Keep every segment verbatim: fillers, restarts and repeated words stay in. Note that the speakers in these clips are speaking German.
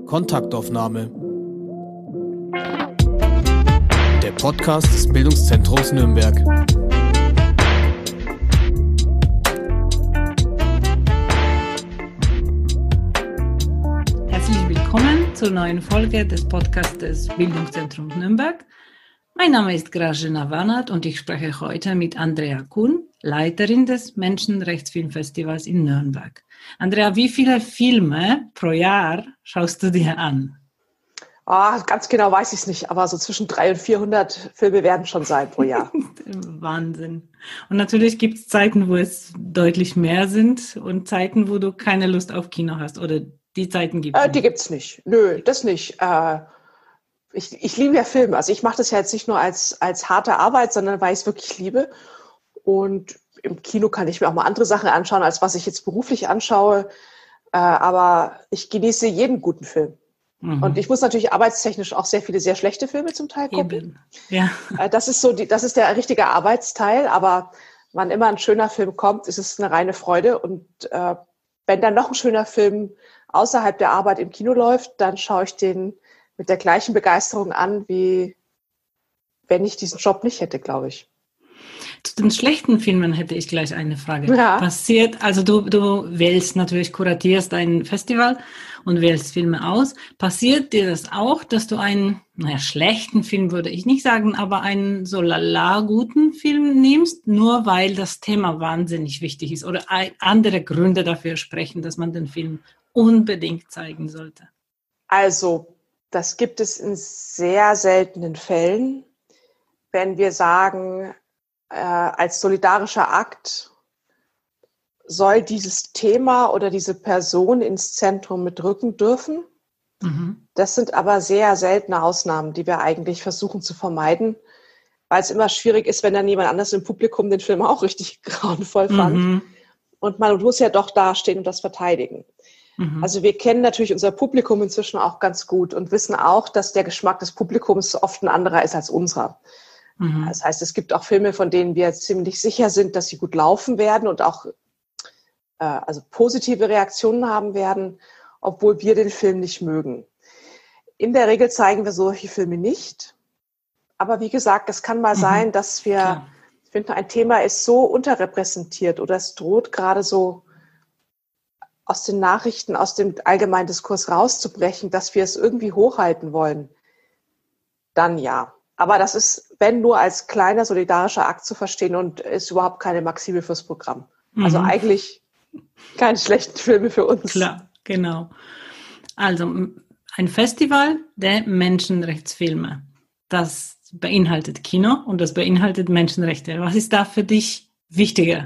Kontaktaufnahme. Der Podcast des Bildungszentrums Nürnberg. Herzlich willkommen zur neuen Folge des Podcasts des Bildungszentrums Nürnberg. Mein Name ist Grażyna Warnert und ich spreche heute mit Andrea Kuhn, Leiterin des Menschenrechtsfilmfestivals in Nürnberg. Andrea, wie viele Filme pro Jahr schaust du dir an? Oh, ganz genau weiß ich es nicht, aber so zwischen dreihundert und vierhundert Filme werden schon sein pro Jahr. Wahnsinn. Und natürlich gibt es Zeiten, wo es deutlich mehr sind und Zeiten, wo du keine Lust auf Kino hast. Oder die Zeiten gibt es äh, nicht? Die gibt es nicht. Nö, das nicht. Äh, ich, ich liebe ja Filme. Also ich mache das ja jetzt nicht nur als, als harte Arbeit, sondern weil ich es wirklich liebe. Und im Kino kann ich mir auch mal andere Sachen anschauen, als was ich jetzt beruflich anschaue. Äh, aber ich genieße jeden guten Film. Mhm. Und ich muss natürlich arbeitstechnisch auch sehr viele sehr schlechte Filme zum Teil gucken. Eben. Ja. Äh, das ist so die, das ist der richtige Arbeitsteil. Aber wann immer ein schöner Film kommt, ist es eine reine Freude. Und äh, wenn dann noch ein schöner Film außerhalb der Arbeit im Kino läuft, dann schaue ich den mit der gleichen Begeisterung an, wie wenn ich diesen Job nicht hätte, glaube ich. Zu den schlechten Filmen hätte ich gleich eine Frage. Ja. Passiert, also du, du wählst natürlich, kuratierst ein Festival und wählst Filme aus. Passiert dir das auch, dass du einen, naja, schlechten Film würde ich nicht sagen, aber einen so lala guten Film nimmst, nur weil das Thema wahnsinnig wichtig ist oder andere Gründe dafür sprechen, dass man den Film unbedingt zeigen sollte? Also, das gibt es in sehr seltenen Fällen, wenn wir sagen, äh, als solidarischer Akt soll dieses Thema oder diese Person ins Zentrum mit rücken dürfen. Mhm. Das sind aber sehr seltene Ausnahmen, die wir eigentlich versuchen zu vermeiden, weil es immer schwierig ist, wenn dann jemand anders im Publikum den Film auch richtig grauenvoll fand. Mhm. Und man muss ja doch dastehen und das verteidigen. Mhm. Also wir kennen natürlich unser Publikum inzwischen auch ganz gut und wissen auch, dass der Geschmack des Publikums oft ein anderer ist als unserer. Mhm. Das heißt, es gibt auch Filme, von denen wir ziemlich sicher sind, dass sie gut laufen werden und auch äh, also positive Reaktionen haben werden, obwohl wir den Film nicht mögen. In der Regel zeigen wir solche Filme nicht. Aber wie gesagt, es kann mal mhm. sein, dass wir Klar. finden, ein Thema ist so unterrepräsentiert oder es droht gerade so aus den Nachrichten, aus dem allgemeinen Diskurs rauszubrechen, dass wir es irgendwie hochhalten wollen. Dann ja. Aber das ist, wenn nur als kleiner solidarischer Akt zu verstehen und ist überhaupt keine Maxime fürs Programm. Mhm. Also eigentlich keine schlechten Filme für uns. Klar, genau. Also ein Festival der Menschenrechtsfilme. Das beinhaltet Kino und das beinhaltet Menschenrechte. Was ist da für dich wichtiger?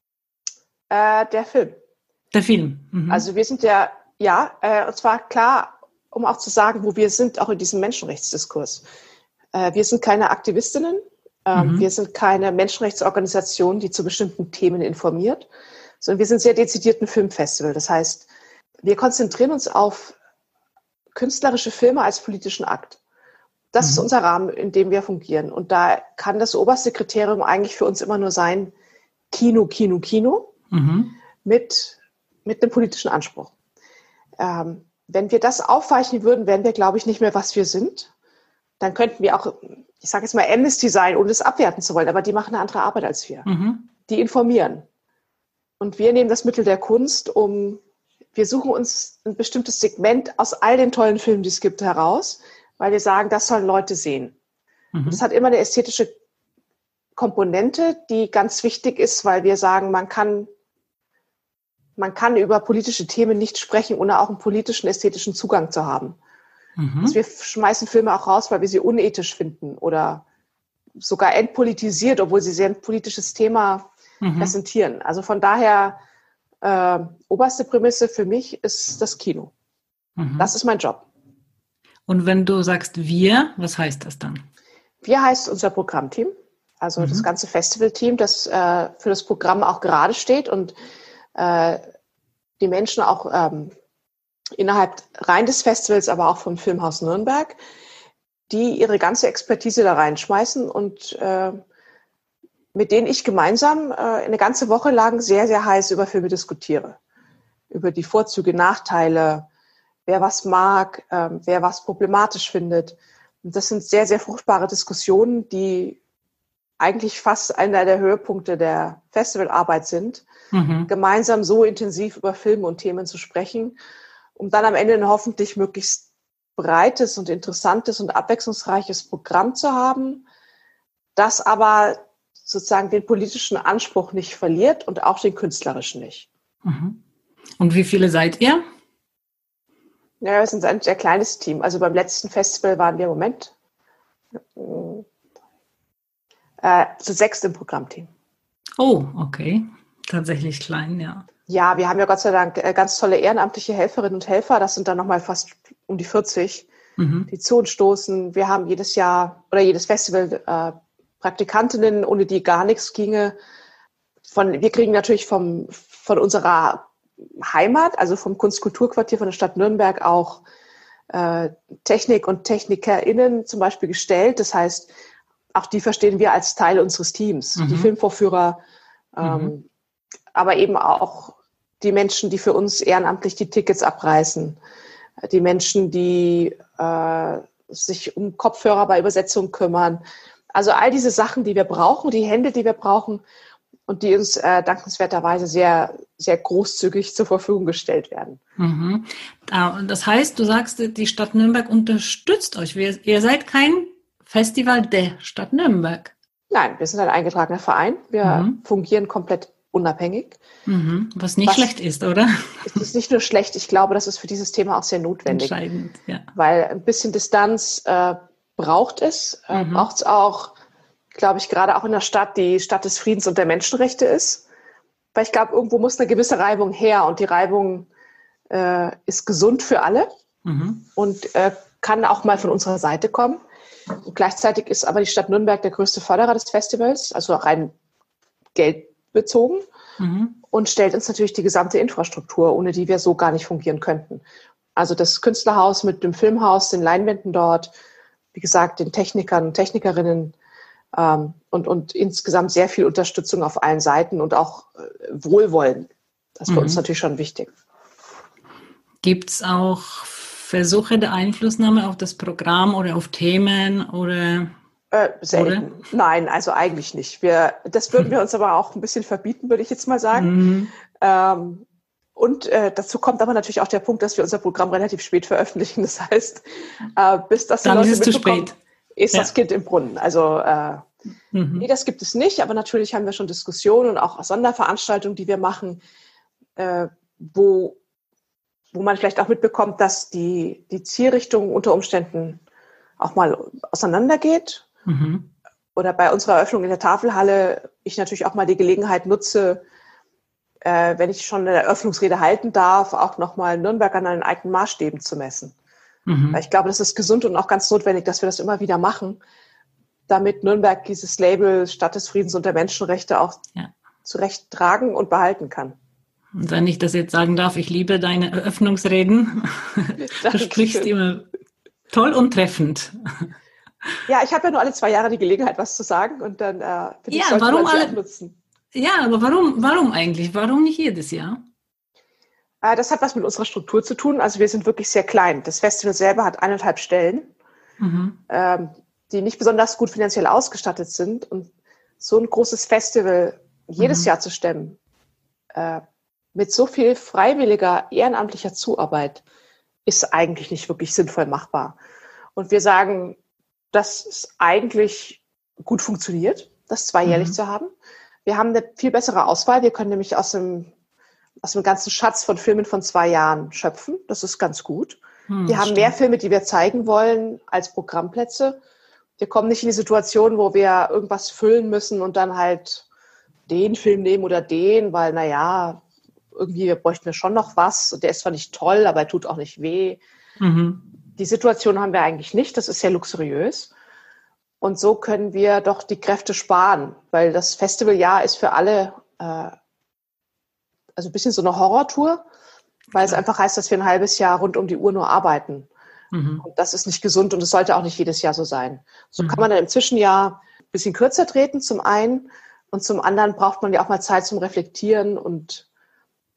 Äh, der Film. Der Film. Mhm. Also wir sind ja, ja, äh, und zwar klar, um auch zu sagen, wo wir sind, auch in diesem Menschenrechtsdiskurs. Wir sind keine Aktivistinnen, mhm. wir sind keine Menschenrechtsorganisation, die zu bestimmten Themen informiert, sondern wir sind sehr dezidiert ein Filmfestival. Das heißt, wir konzentrieren uns auf künstlerische Filme als politischen Akt. Das mhm. ist unser Rahmen, in dem wir fungieren. Und da kann das oberste Kriterium eigentlich für uns immer nur sein, Kino, Kino, Kino mhm. mit, mit einem politischen Anspruch. Ähm, wenn wir das aufweichen würden, wären wir, glaube ich, nicht mehr, was wir sind. Dann könnten wir auch, ich sage jetzt mal Amnesty sein, ohne das abwerten zu wollen, aber die machen eine andere Arbeit als wir. Mhm. Die informieren. Und wir nehmen das Mittel der Kunst, um, wir suchen uns ein bestimmtes Segment aus all den tollen Filmen, die es gibt, heraus, weil wir sagen, das sollen Leute sehen. Mhm. Und das hat immer eine ästhetische Komponente, die ganz wichtig ist, weil wir sagen, man kann, man kann über politische Themen nicht sprechen, ohne auch einen politischen, ästhetischen Zugang zu haben. Mhm. Also wir schmeißen Filme auch raus, weil wir sie unethisch finden oder sogar entpolitisiert, obwohl sie sehr ein politisches Thema mhm. präsentieren. Also von daher, äh, oberste Prämisse für mich ist das Kino. Mhm. Das ist mein Job. Und wenn du sagst wir, was heißt das dann? Wir heißt unser Programmteam, also mhm. das ganze Festivalteam, das äh, für das Programm auch gerade steht und äh, die Menschen auch ähm, innerhalb rein des Festivals, aber auch vom Filmhaus Nürnberg, die ihre ganze Expertise da reinschmeißen und äh, mit denen ich gemeinsam äh, eine ganze Woche lang sehr, sehr heiß über Filme diskutiere. Über die Vorzüge, Nachteile, wer was mag, ähm, wer was problematisch findet. Und das sind sehr, sehr fruchtbare Diskussionen, die eigentlich fast einer der Höhepunkte der Festivalarbeit sind, mhm. gemeinsam so intensiv über Filme und Themen zu sprechen, um dann am Ende ein hoffentlich möglichst breites und interessantes und abwechslungsreiches Programm zu haben, das aber sozusagen den politischen Anspruch nicht verliert und auch den künstlerischen nicht. Mhm. Und wie viele seid ihr? Ja, wir sind ein sehr kleines Team. Also beim letzten Festival waren wir im Moment äh, zu sechst im Programmteam. Oh, okay. Tatsächlich klein, ja. Ja, wir haben ja Gott sei Dank ganz tolle ehrenamtliche Helferinnen und Helfer. Das sind dann nochmal fast um die vierzig, mhm. die zu uns stoßen. Wir haben jedes Jahr oder jedes Festival äh, Praktikantinnen, ohne die gar nichts ginge. Von, wir kriegen natürlich vom, von unserer Heimat, also vom Kunstkulturquartier von der Stadt Nürnberg auch äh, Technik und TechnikerInnen zum Beispiel gestellt. Das heißt, auch die verstehen wir als Teil unseres Teams. Mhm. Die Filmvorführer, ähm, mhm. aber eben auch die Menschen, die für uns ehrenamtlich die Tickets abreißen. Die Menschen, die äh, sich um Kopfhörer bei Übersetzung kümmern. Also all diese Sachen, die wir brauchen, die Hände, die wir brauchen und die uns äh, dankenswerterweise sehr, sehr großzügig zur Verfügung gestellt werden. Mhm. Das heißt, du sagst, die Stadt Nürnberg unterstützt euch. Wir, ihr seid kein Festival der Stadt Nürnberg. Nein, wir sind ein eingetragener Verein. Wir mhm. fungieren komplett unabhängig. Mhm. Was nicht Was, schlecht ist, oder? Es ist nicht nur schlecht, ich glaube, das ist für dieses Thema auch sehr notwendig. Entscheidend, ja. Weil ein bisschen Distanz äh, braucht es, äh, mhm. braucht es auch, glaube ich, gerade auch in der Stadt, die Stadt des Friedens und der Menschenrechte ist. Weil ich glaube, irgendwo muss eine gewisse Reibung her und die Reibung äh, ist gesund für alle mhm. und äh, kann auch mal von unserer Seite kommen. Und gleichzeitig ist aber die Stadt Nürnberg der größte Förderer des Festivals, also rein geldbezogen mhm. und stellt uns natürlich die gesamte Infrastruktur, ohne die wir so gar nicht fungieren könnten. Also das Künstlerhaus mit dem Filmhaus, den Leinwänden dort, wie gesagt, den Technikern und Technikerinnen ähm, und, und insgesamt sehr viel Unterstützung auf allen Seiten und auch äh, Wohlwollen. Das ist mhm. für uns natürlich schon wichtig. Gibt es auch Versuche der Einflussnahme auf das Programm oder auf Themen oder? Äh, selten. Oder? Nein, also eigentlich nicht. Wir, das würden wir uns aber auch ein bisschen verbieten, würde ich jetzt mal sagen. Mhm. Ähm, und äh, dazu kommt aber natürlich auch der Punkt, dass wir unser Programm relativ spät veröffentlichen. Das heißt, äh, bis das die Dann Leute ist es mitbekommen, zu spät. ist ja. das Kind im Brunnen. Also äh, mhm. nee, das gibt es nicht. Aber natürlich haben wir schon Diskussionen und auch Sonderveranstaltungen, die wir machen, äh, wo wo man vielleicht auch mitbekommt, dass die, die Zielrichtung unter Umständen auch mal auseinandergeht. Mhm. Oder bei unserer Eröffnung in der Tafelhalle ich natürlich auch mal die Gelegenheit nutze, äh, wenn ich schon eine Eröffnungsrede halten darf, auch nochmal Nürnberg an einen eigenen Maßstäben zu messen. Mhm. Weil ich glaube, das ist gesund und auch ganz notwendig, dass wir das immer wieder machen, damit Nürnberg dieses Label Stadt des Friedens und der Menschenrechte auch ja. zurecht tragen und behalten kann. Und wenn ich das jetzt sagen darf, ich liebe deine Eröffnungsreden. Du sprichst immer toll und treffend. Ja, ich habe ja nur alle zwei Jahre die Gelegenheit, was zu sagen und dann äh, finde ich, sollte man sie auch nutzen. Ja, aber warum, warum eigentlich? Warum nicht jedes Jahr? Äh, das hat was mit unserer Struktur zu tun. Also wir sind wirklich sehr klein. Das Festival selber hat eineinhalb Stellen, mhm. ähm, die nicht besonders gut finanziell ausgestattet sind. Und so ein großes Festival jedes mhm. Jahr zu stemmen, äh, mit so viel freiwilliger, ehrenamtlicher Zuarbeit ist eigentlich nicht wirklich sinnvoll machbar. Und wir sagen, dass es eigentlich gut funktioniert, das zweijährlich mhm. zu haben. Wir haben eine viel bessere Auswahl. Wir können nämlich aus dem, aus dem ganzen Schatz von Filmen von zwei Jahren schöpfen. Das ist ganz gut. Mhm, wir haben stimmt. mehr Filme, die wir zeigen wollen, als Programmplätze. Wir kommen nicht in die Situation, wo wir irgendwas füllen müssen und dann halt den Film nehmen oder den, weil, naja, irgendwie bräuchten wir schon noch was. Und der ist zwar nicht toll, aber er tut auch nicht weh. Mhm. Die Situation haben wir eigentlich nicht. Das ist sehr luxuriös. Und so können wir doch die Kräfte sparen, weil das Festivaljahr ist für alle äh, also ein bisschen so eine Horrortour, weil es einfach heißt, dass wir ein halbes Jahr rund um die Uhr nur arbeiten. Mhm. Und das ist nicht gesund und es sollte auch nicht jedes Jahr so sein. So mhm. kann man dann im Zwischenjahr ein bisschen kürzer treten zum einen und zum anderen braucht man ja auch mal Zeit zum Reflektieren und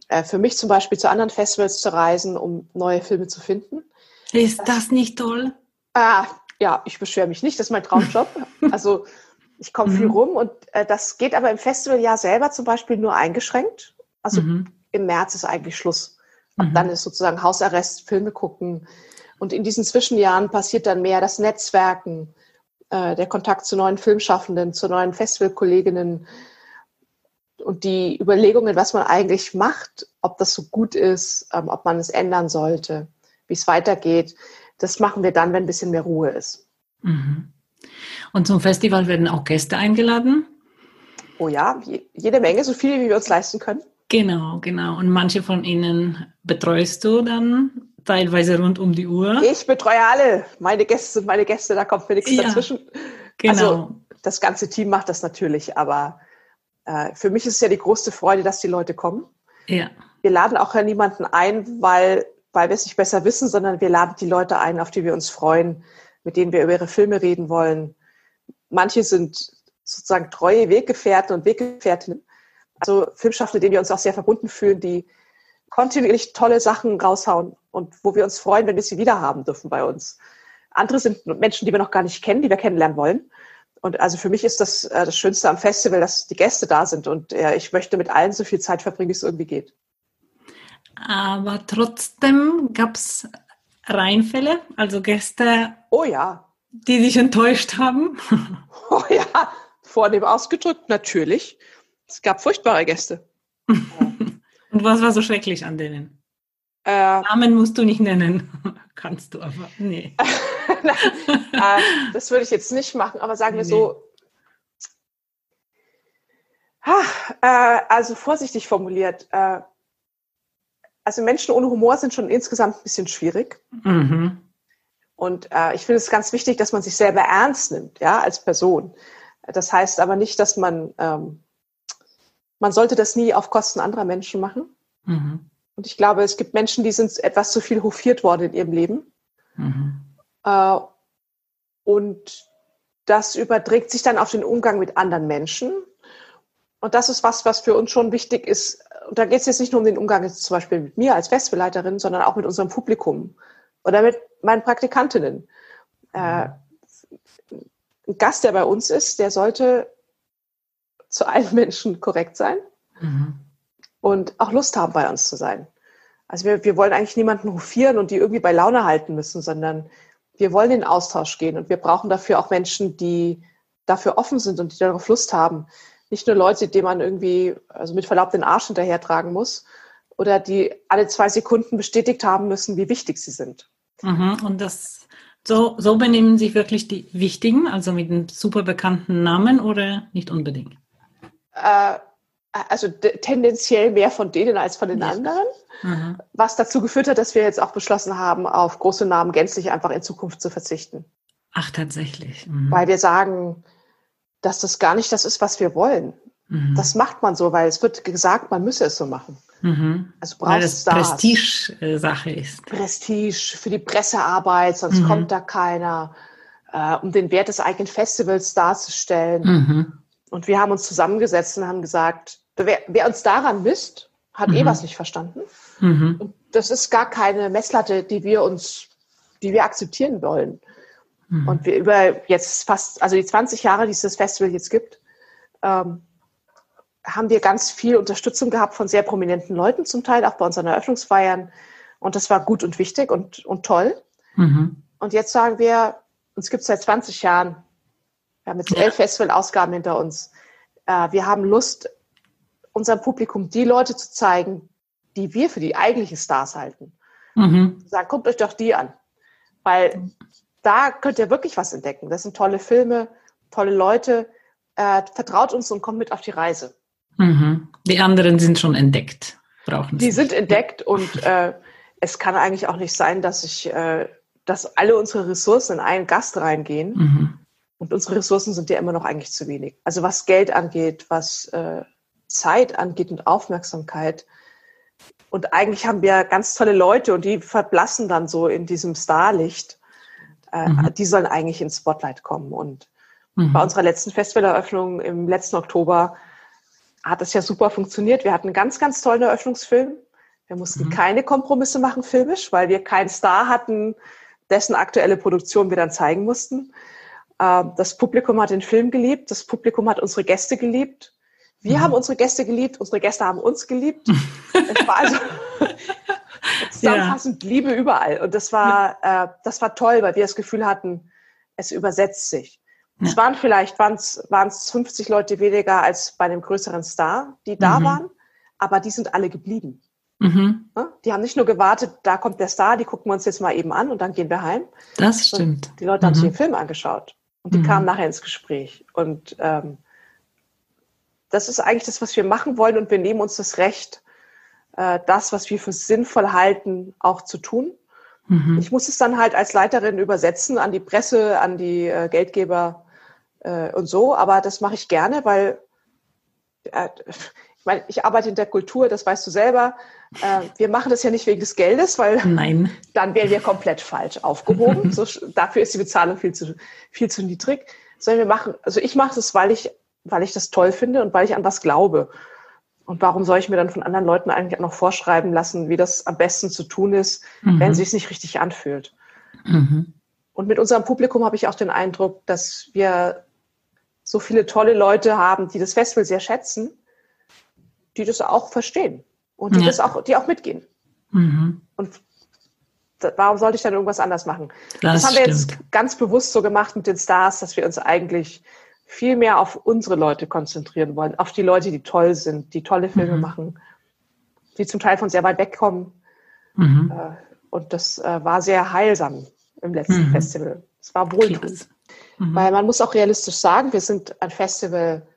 äh, für mich zum Beispiel zu anderen Festivals zu reisen, um neue Filme zu finden. Ist das, das nicht toll? Ah, ja, ich beschwere mich nicht, das ist mein Traumjob. Also ich komme mhm. viel rum und äh, das geht aber im Festivaljahr selber zum Beispiel nur eingeschränkt. Also mhm. im März ist eigentlich Schluss. Ab mhm. dann ist sozusagen Hausarrest, Filme gucken. Und in diesen Zwischenjahren passiert dann mehr das Netzwerken, äh, der Kontakt zu neuen Filmschaffenden, zu neuen Festivalkolleginnen und die Überlegungen, was man eigentlich macht, ob das so gut ist, ähm, ob man es ändern sollte, wie es weitergeht. Das machen wir dann, wenn ein bisschen mehr Ruhe ist. Mhm. Und zum Festival werden auch Gäste eingeladen? Oh ja, je, jede Menge, so viele, wie wir uns leisten können. Genau, genau. Und manche von ihnen betreust du dann teilweise rund um die Uhr? Ich betreue alle. Meine Gäste sind meine Gäste, da kommt mir nichts ja, dazwischen. Genau. Also das ganze Team macht das natürlich, aber äh, für mich ist es ja die größte Freude, dass die Leute kommen. Ja. Wir laden auch ja niemanden ein, weil, weil wir es nicht besser wissen, sondern wir laden die Leute ein, auf die wir uns freuen, mit denen wir über ihre Filme reden wollen. Manche sind sozusagen treue Weggefährten und Weggefährtinnen, also Filmschaffende, denen wir uns auch sehr verbunden fühlen, die kontinuierlich tolle Sachen raushauen und wo wir uns freuen, wenn wir sie wieder haben dürfen bei uns. Andere sind Menschen, die wir noch gar nicht kennen, die wir kennenlernen wollen. Und also für mich ist das äh, das Schönste am Festival, dass die Gäste da sind und äh, ich möchte mit allen so viel Zeit verbringen, wie es irgendwie geht. Aber trotzdem gab es Reinfälle, also Gäste, oh ja, die dich enttäuscht haben? Oh ja, vornehm ausgedrückt, natürlich. Es gab furchtbare Gäste. Und was war so schrecklich an denen? Äh, Namen musst du nicht nennen. Kannst du aber, nee. äh, das würde ich jetzt nicht machen, aber sagen wir nee. so, ha, äh, also vorsichtig formuliert, äh, also Menschen ohne Humor sind schon insgesamt ein bisschen schwierig. Mhm. Und äh, ich finde es ganz wichtig, dass man sich selber ernst nimmt, ja, als Person. Das heißt aber nicht, dass man, ähm, man sollte das nie auf Kosten anderer Menschen machen. Mhm. Und ich glaube, es gibt Menschen, die sind etwas zu viel hofiert worden in ihrem Leben. Mhm. Äh, und das überträgt sich dann auf den Umgang mit anderen Menschen. Und das ist was, was für uns schon wichtig ist. Und da geht es jetzt nicht nur um den Umgang jetzt zum Beispiel mit mir als Festivalleiterin, sondern auch mit unserem Publikum oder mit meinen Praktikantinnen. Äh, ein Gast, der bei uns ist, der sollte zu allen Menschen korrekt sein mhm. und auch Lust haben, bei uns zu sein. Also wir, wir wollen eigentlich niemanden hofieren und die irgendwie bei Laune halten müssen, sondern wir wollen in den Austausch gehen und wir brauchen dafür auch Menschen, die dafür offen sind und die darauf Lust haben. Nicht nur Leute, denen man irgendwie, also mit Verlaub, den Arsch hinterhertragen muss oder die alle zwei Sekunden bestätigt haben müssen, wie wichtig sie sind. Mhm. Und das so, so benehmen sich wirklich die Wichtigen, also mit einem super bekannten Namen oder nicht unbedingt? Äh, also d- tendenziell mehr von denen als von den ja. anderen, mhm. was dazu geführt hat, dass wir jetzt auch beschlossen haben, auf große Namen gänzlich einfach in Zukunft zu verzichten. Ach, tatsächlich. Mhm. Weil wir sagen, dass das gar nicht das ist, was wir wollen. Mhm. Das macht man so, weil es wird gesagt, man müsse es so machen. Mhm. Also brauchst weil das Prestige-Sache ist. Prestige für die Pressearbeit, sonst mhm. kommt da keiner, äh, um den Wert des eigenen Festivals darzustellen. Mhm. Und wir haben uns zusammengesetzt und haben gesagt, wer, wer uns daran misst, hat mhm. eh was nicht verstanden. Mhm. Und das ist gar keine Messlatte, die wir uns, die wir akzeptieren wollen. Mhm. Und wir über jetzt fast, also die zwanzig Jahre, die es das Festival jetzt gibt, ähm, haben wir ganz viel Unterstützung gehabt von sehr prominenten Leuten, zum Teil auch bei unseren Eröffnungsfeiern. Und das war gut und wichtig und, und toll. Mhm. Und jetzt sagen wir, uns gibt es seit zwanzig Jahren. Wir haben jetzt ja. elf Festivalausgaben hinter uns. Äh, wir haben Lust, unserem Publikum die Leute zu zeigen, die wir für die eigentlichen Stars halten. Mhm. Sagen, guckt euch doch die an. Weil da könnt ihr wirklich was entdecken. Das sind tolle Filme, tolle Leute. Äh, vertraut uns und kommt mit auf die Reise. Mhm. Die anderen sind schon entdeckt. Brauchen sie. Die sind entdeckt und äh, es kann eigentlich auch nicht sein, dass ich, äh, dass alle unsere Ressourcen in einen Gast reingehen. Mhm. Und unsere Ressourcen sind ja immer noch eigentlich zu wenig. Also was Geld angeht, was äh, Zeit angeht und Aufmerksamkeit. Und eigentlich haben wir ganz tolle Leute und die verblassen dann so in diesem Starlicht. Äh, mhm. Die sollen eigentlich ins Spotlight kommen. Und mhm. bei unserer letzten Festivaleröffnung im letzten Oktober hat es ja super funktioniert. Wir hatten einen ganz, ganz tollen Eröffnungsfilm. Wir mussten mhm. keine Kompromisse machen filmisch, weil wir keinen Star hatten, dessen aktuelle Produktion wir dann zeigen mussten. Das Publikum hat den Film geliebt, das Publikum hat unsere Gäste geliebt. Wir mhm. haben unsere Gäste geliebt, unsere Gäste haben uns geliebt. Es war also zusammenfassend ja. Liebe überall. Und das war, ja. äh, das war toll, weil wir das Gefühl hatten, es übersetzt sich. Ja. Es waren vielleicht, waren es fünfzig Leute weniger als bei einem größeren Star, die da mhm. waren, aber die sind alle geblieben. Mhm. Die haben nicht nur gewartet, da kommt der Star, die gucken wir uns jetzt mal eben an und dann gehen wir heim. Das stimmt. Und die Leute mhm. haben sich den Film angeschaut und die mhm. kamen nachher ins Gespräch. Und ähm, das ist eigentlich das, was wir machen wollen, und wir nehmen uns das Recht, äh, das, was wir für sinnvoll halten, auch zu tun. Mhm. Ich muss es dann halt als Leiterin übersetzen an die Presse, an die äh, Geldgeber äh, und so, aber das mache ich gerne, weil äh, ich meine, ich arbeite in der Kultur, das weißt du selber. Äh, wir machen das ja nicht wegen des Geldes, weil Nein. dann wären wir komplett falsch aufgehoben. So, dafür ist die Bezahlung viel zu, viel zu niedrig. Sondern wir machen, also ich mache das, weil ich, weil ich das toll finde und weil ich an was glaube. Und warum soll ich mir dann von anderen Leuten eigentlich auch noch vorschreiben lassen, wie das am besten zu tun ist, mhm. wenn es sich nicht richtig anfühlt? Mhm. Und mit unserem Publikum habe ich auch den Eindruck, dass wir so viele tolle Leute haben, die das Festival sehr schätzen, die das auch verstehen und die ja. das auch, die auch mitgehen. Mhm. Und da, warum sollte ich dann irgendwas anders machen? Das, das haben wir stimmt. jetzt ganz bewusst so gemacht mit den Stars, dass wir uns eigentlich viel mehr auf unsere Leute konzentrieren wollen, auf die Leute, die toll sind, die tolle Filme mhm. machen, die zum Teil von sehr weit weg kommen. Mhm. Und das war sehr heilsam im letzten mhm. Festival. Es war wohltuend. Mhm. Weil man muss auch realistisch sagen, wir sind ein Festival,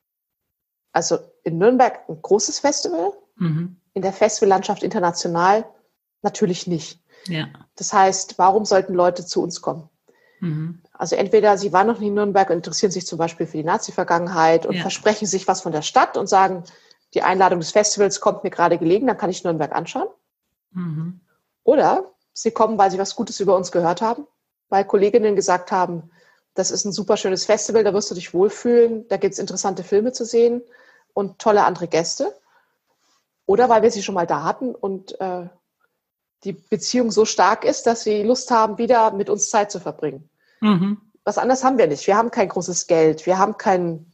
also in Nürnberg ein großes Festival, mhm. in der Festivallandschaft international natürlich nicht. Ja. Das heißt, warum sollten Leute zu uns kommen? Mhm. Also entweder sie waren noch nie in Nürnberg und interessieren sich zum Beispiel für die Nazi-Vergangenheit und ja. versprechen sich was von der Stadt und sagen, die Einladung des Festivals kommt mir gerade gelegen, dann kann ich Nürnberg anschauen. Mhm. Oder sie kommen, weil sie was Gutes über uns gehört haben, weil Kolleginnen gesagt haben, das ist ein super schönes Festival, da wirst du dich wohlfühlen, da gibt es interessante Filme zu sehen und tolle andere Gäste. Oder weil wir sie schon mal da hatten und äh, die Beziehung so stark ist, dass sie Lust haben, wieder mit uns Zeit zu verbringen. Mhm. Was anderes haben wir nicht. Wir haben kein großes Geld, wir haben keinen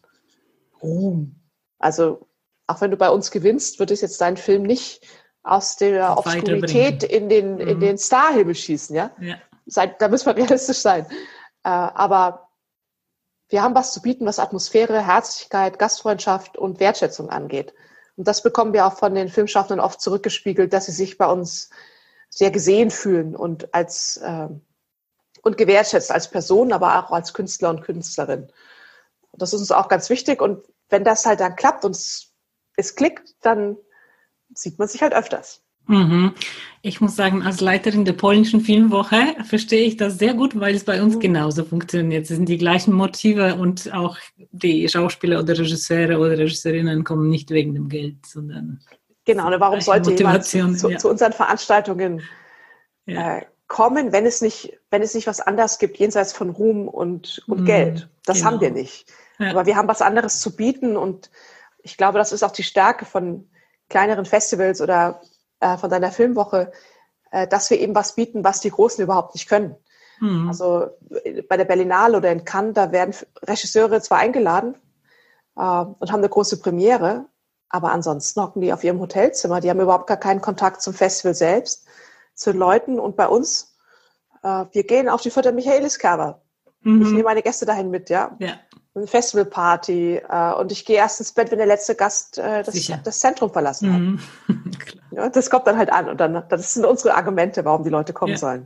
Ruhm. Also auch wenn du bei uns gewinnst, wird es jetzt dein Film nicht aus der Obskurität in den, mhm. in den Starhimmel schießen. Ja? Ja. Da müssen wir realistisch sein. Äh, aber wir haben was zu bieten, was Atmosphäre, Herzlichkeit, Gastfreundschaft und Wertschätzung angeht. Und das bekommen wir auch von den Filmschaffenden oft zurückgespiegelt, dass sie sich bei uns sehr gesehen fühlen und als äh, und gewertschätzt als Person, aber auch als Künstler und Künstlerin. Und das ist uns auch ganz wichtig. Und wenn das halt dann klappt und es, es klickt, dann sieht man sich halt öfters. Mhm. Ich muss sagen, als Leiterin der polnischen Filmwoche verstehe ich das sehr gut, weil es bei uns mhm. genauso funktioniert. Es sind die gleichen Motive und auch die Schauspieler oder Regisseure oder Regisseurinnen kommen nicht wegen dem Geld, sondern genau, und warum sollte jemand zu, zu, ja. zu unseren Veranstaltungen ja. äh, kommen, wenn es nicht, wenn es nicht was anderes gibt, jenseits von Ruhm und, und mhm. Geld. Das genau. haben wir nicht. Ja. Aber wir haben was anderes zu bieten und ich glaube, das ist auch die Stärke von kleineren Festivals oder äh, von deiner Filmwoche, äh, dass wir eben was bieten, was die Großen überhaupt nicht können. Mhm. Also bei der Berlinale oder in Cannes, da werden Regisseure zwar eingeladen äh, und haben eine große Premiere, aber ansonsten hocken die auf ihrem Hotelzimmer. Die haben überhaupt gar keinen Kontakt zum Festival selbst, zu den Leuten. Und bei uns, äh, wir gehen auf die Fürther Michaelis-Kerber. Mhm. Ich nehme meine Gäste dahin mit, ja. ja. Eine Festivalparty. Äh, und ich gehe erst ins Bett, wenn der letzte Gast äh, das, das Zentrum verlassen mhm. hat. Ja, das kommt dann halt an. Und dann, das sind unsere Argumente, warum die Leute kommen ja. sollen.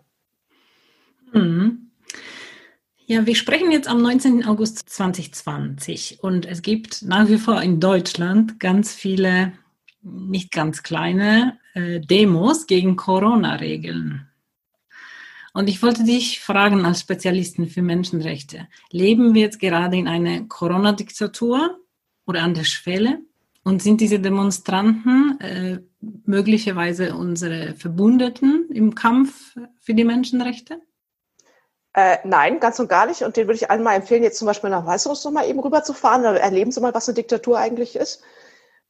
Mhm. Ja, wir sprechen jetzt am neunzehnten August zweitausendzwanzig und es gibt nach wie vor in Deutschland ganz viele, nicht ganz kleine äh, Demos gegen Corona-Regeln. Und ich wollte dich fragen als Spezialisten für Menschenrechte, leben wir jetzt gerade in einer Corona-Diktatur oder an der Schwelle? Und sind diese Demonstranten äh, möglicherweise unsere Verbündeten im Kampf für die Menschenrechte? Äh, nein, ganz und gar nicht. Und den würde ich allen mal empfehlen, jetzt zum Beispiel nach Weißrussland mal eben rüberzufahren. Da erleben Sie mal, was eine Diktatur eigentlich ist.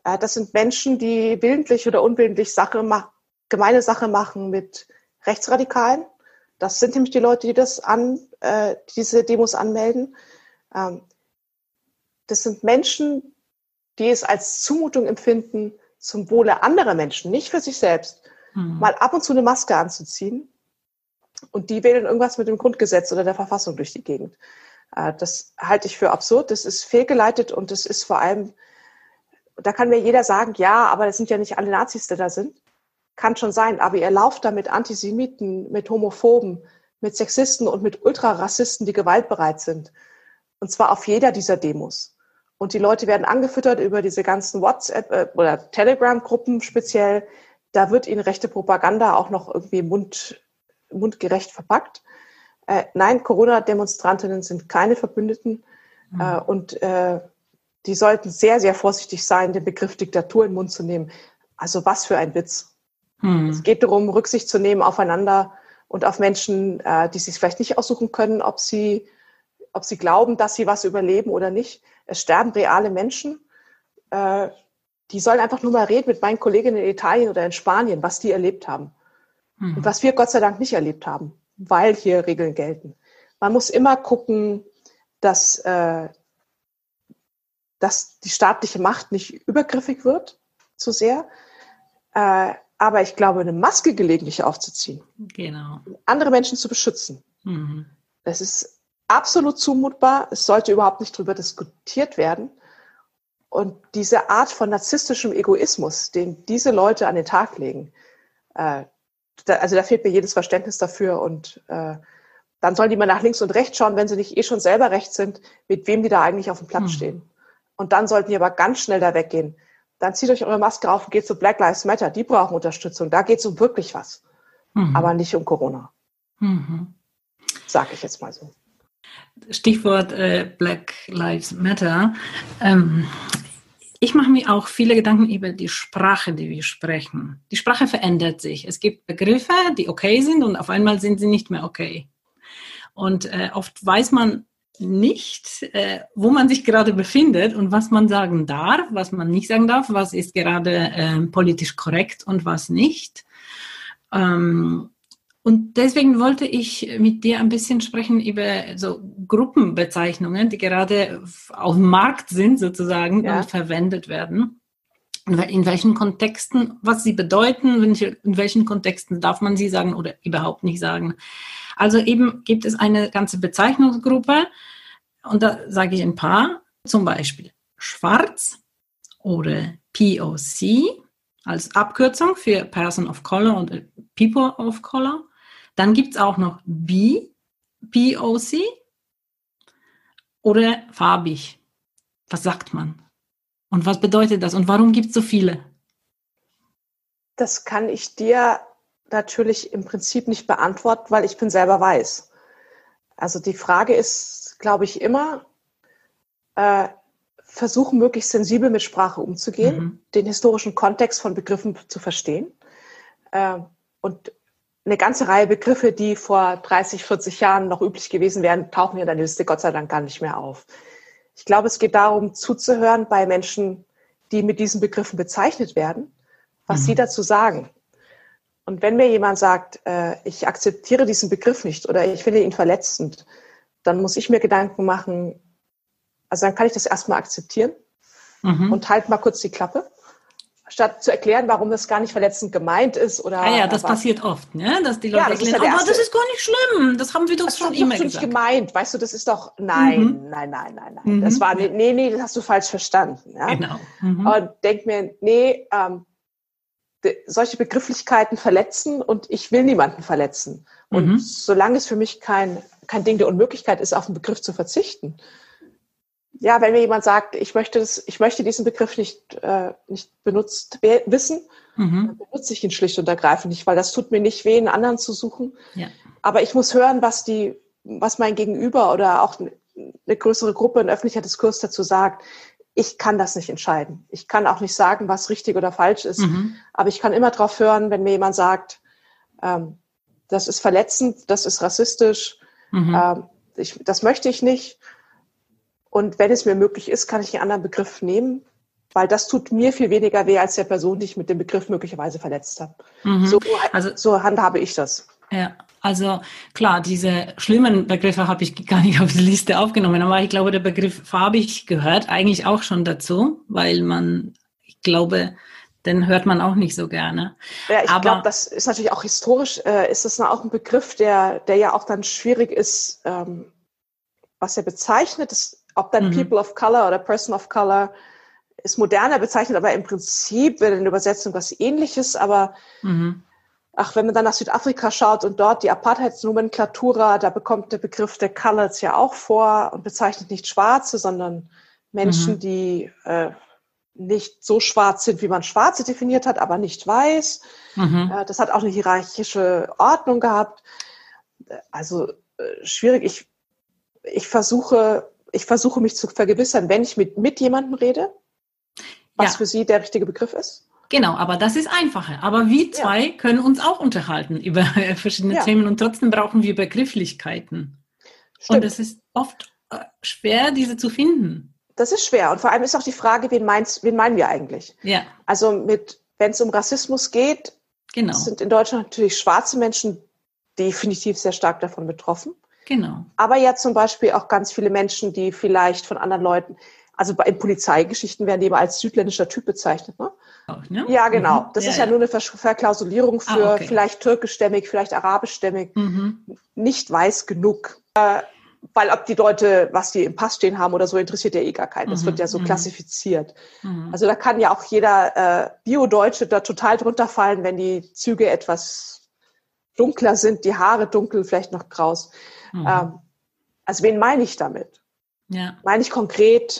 Äh, das sind Menschen, die willentlich oder unwillentlich Sache ma- gemeine Sache machen mit Rechtsradikalen. Das sind nämlich die Leute, die das an, äh, diese Demos anmelden. Ähm, das sind Menschen, die es als Zumutung empfinden, zum Wohle anderer Menschen, nicht für sich selbst, mhm. mal ab und zu eine Maske anzuziehen. Und die wählen irgendwas mit dem Grundgesetz oder der Verfassung durch die Gegend. Äh, das halte ich für absurd. Das ist fehlgeleitet und das ist vor allem, da kann mir jeder sagen, ja, aber das sind ja nicht alle Nazis, die da sind. Kann schon sein, aber ihr lauft da mit Antisemiten, mit Homophoben, mit Sexisten und mit Ultrarassisten, die gewaltbereit sind. Und zwar auf jeder dieser Demos. Und die Leute werden angefüttert über diese ganzen WhatsApp- äh, oder Telegram-Gruppen speziell. Da wird ihnen rechte Propaganda auch noch irgendwie mund, mundgerecht verpackt. Äh, nein, Corona-Demonstrantinnen sind keine Verbündeten. Mhm. Äh, und äh, die sollten sehr, sehr vorsichtig sein, den Begriff Diktatur in den Mund zu nehmen. Also was für ein Witz. Mhm. Es geht darum, Rücksicht zu nehmen aufeinander und auf Menschen, äh, die sich vielleicht nicht aussuchen können, ob sie, ob sie glauben, dass sie was überleben oder nicht. Es sterben reale Menschen. Äh, die sollen einfach nur mal reden mit meinen Kolleginnen in Italien oder in Spanien, was die erlebt haben. Mhm. Und was wir Gott sei Dank nicht erlebt haben, weil hier Regeln gelten. Man muss immer gucken, dass, äh, dass die staatliche Macht nicht übergriffig wird, zu sehr. Äh, aber ich glaube, eine Maske gelegentlich aufzuziehen, genau. um andere Menschen zu beschützen, mhm. das ist absolut zumutbar. Es sollte überhaupt nicht darüber diskutiert werden. Und diese Art von narzisstischem Egoismus, den diese Leute an den Tag legen, äh, da, also da fehlt mir jedes Verständnis dafür. Und äh, dann sollen die mal nach links und rechts schauen, wenn sie nicht eh schon selber rechts sind, mit wem die da eigentlich auf dem Platz mhm. stehen. Und dann sollten die aber ganz schnell da weggehen. Dann zieht euch eure Maske auf und geht zu Black Lives Matter. Die brauchen Unterstützung. Da geht es um wirklich was. Mhm. Aber nicht um Corona. Mhm. Sag ich jetzt mal so. Stichwort äh, Black Lives Matter. Ähm, ich mache mir auch viele Gedanken über die Sprache, die wir sprechen. Die Sprache verändert sich. Es gibt Begriffe, die okay sind und auf einmal sind sie nicht mehr okay. Und äh, oft weiß man nicht, äh, wo man sich gerade befindet und was man sagen darf, was man nicht sagen darf, was ist gerade äh, politisch korrekt und was nicht. Ähm, und deswegen wollte ich mit dir ein bisschen sprechen über so Gruppenbezeichnungen, die gerade auf dem Markt sind sozusagen ja. und verwendet werden. In welchen Kontexten, was sie bedeuten, in welchen Kontexten darf man sie sagen oder überhaupt nicht sagen. Also eben gibt es eine ganze Bezeichnungsgruppe und da sage ich ein paar, zum Beispiel schwarz oder P O C als Abkürzung für Person of Color und People of Color. Dann gibt es auch noch B, P O C oder farbig. Was sagt man? Und was bedeutet das? Und warum gibt es so viele? Das kann ich dir natürlich im Prinzip nicht beantworten, weil ich bin selber weiß. Also die Frage ist, glaube ich, immer, äh, versuchen, möglichst sensibel mit Sprache umzugehen, mhm. den historischen Kontext von Begriffen zu verstehen. Äh, und eine ganze Reihe Begriffe, die vor dreißig, vierzig Jahren noch üblich gewesen wären, tauchen in der Liste Gott sei Dank gar nicht mehr auf. Ich glaube, es geht darum, zuzuhören bei Menschen, die mit diesen Begriffen bezeichnet werden, was mhm. sie dazu sagen. Und wenn mir jemand sagt, äh, ich akzeptiere diesen Begriff nicht oder ich finde ihn verletzend, dann muss ich mir Gedanken machen, also dann kann ich das erstmal akzeptieren mhm. und halt mal kurz die Klappe, statt zu erklären, warum das gar nicht verletzend gemeint ist. Oder ah ja, das was. passiert oft, ne? Dass die Leute ja, das erklären, ja aber das ist gar nicht schlimm, das haben wir doch das schon immer gesagt. Das ist nicht gemeint, weißt du, das ist doch, nein, mhm. nein, nein, nein, nein. Mhm. Das war, nee, nee, nee, das hast du falsch verstanden. Ja? Genau. Mhm. Und denk mir, nee, ähm, de, solche Begrifflichkeiten verletzen und ich will niemanden verletzen. Und mhm. solange es für mich kein, kein Ding der Unmöglichkeit ist, auf den Begriff zu verzichten, ja, wenn mir jemand sagt, ich möchte das, ich möchte diesen Begriff nicht, äh, nicht benutzt wissen, mhm. dann benutze ich ihn schlicht und ergreifend nicht, weil das tut mir nicht weh, einen anderen zu suchen. Ja. Aber ich muss hören, was die, was mein Gegenüber oder auch eine größere Gruppe, ein öffentlicher Diskurs dazu sagt. Ich kann das nicht entscheiden. Ich kann auch nicht sagen, was richtig oder falsch ist. Mhm. Aber ich kann immer drauf hören, wenn mir jemand sagt, ähm, das ist verletzend, das ist rassistisch, mhm. ähm, ich, das möchte ich nicht. Und wenn es mir möglich ist, kann ich einen anderen Begriff nehmen. weil das tut mir viel weniger weh als der Person, die ich mit dem Begriff möglicherweise verletzt habe. Mhm. So, also, so handhabe ich das. Ja, also klar, diese schlimmen Begriffe habe ich gar nicht auf die Liste aufgenommen, aber ich glaube, der Begriff farbig gehört eigentlich auch schon dazu, weil man, ich glaube, den hört man auch nicht so gerne. Ja, ich glaube, das ist natürlich auch historisch, äh, ist das auch ein Begriff, der, der ja auch dann schwierig ist, ähm, was er bezeichnet, ist, ob dann mhm. People of Color oder Person of Color ist moderner bezeichnet, aber im Prinzip wird in der Übersetzung was Ähnliches, aber mhm. ach, wenn man dann nach Südafrika schaut und dort die Apartheidsnomenklatura, da bekommt der Begriff der Coloreds ja auch vor und bezeichnet nicht Schwarze, sondern Menschen, mhm. die äh, nicht so schwarz sind, wie man Schwarze definiert hat, aber nicht weiß. Mhm. Äh, das hat auch eine hierarchische Ordnung gehabt. Also äh, schwierig. Ich, ich versuche, ich versuche mich zu vergewissern, wenn ich mit, mit jemandem rede, was ja. für sie der richtige Begriff ist. Genau, aber das ist einfacher. Aber wir zwei ja. können uns auch unterhalten über verschiedene ja. Themen und trotzdem brauchen wir Begrifflichkeiten. Stimmt. Und es ist oft äh, schwer, diese zu finden. Das ist schwer. Und vor allem ist auch die Frage, wen, meinst, wen meinen wir eigentlich? Ja. Also mit, wenn es um Rassismus geht, genau. sind in Deutschland natürlich schwarze Menschen definitiv sehr stark davon betroffen. Genau. Aber ja zum Beispiel auch ganz viele Menschen, die vielleicht von anderen Leuten, also in Polizeigeschichten werden die immer als südländischer Typ bezeichnet, ne? Auch, ne? Ja, genau. Mhm. Das ja, ist ja, ja nur eine Verklausulierung für ah, okay. vielleicht türkischstämmig, vielleicht arabischstämmig, mhm. nicht weiß genug. Äh, weil ob die Leute, was die im Pass stehen haben oder so, interessiert ja eh gar keinen. Das mhm. wird ja so mhm. klassifiziert. Mhm. Also da kann ja auch jeder äh, Bio-Deutsche da total drunter fallen, wenn die Züge etwas dunkler sind, die Haare dunkel, vielleicht noch kraus. Mhm. Ähm, also wen meine ich damit? Ja. Meine ich konkret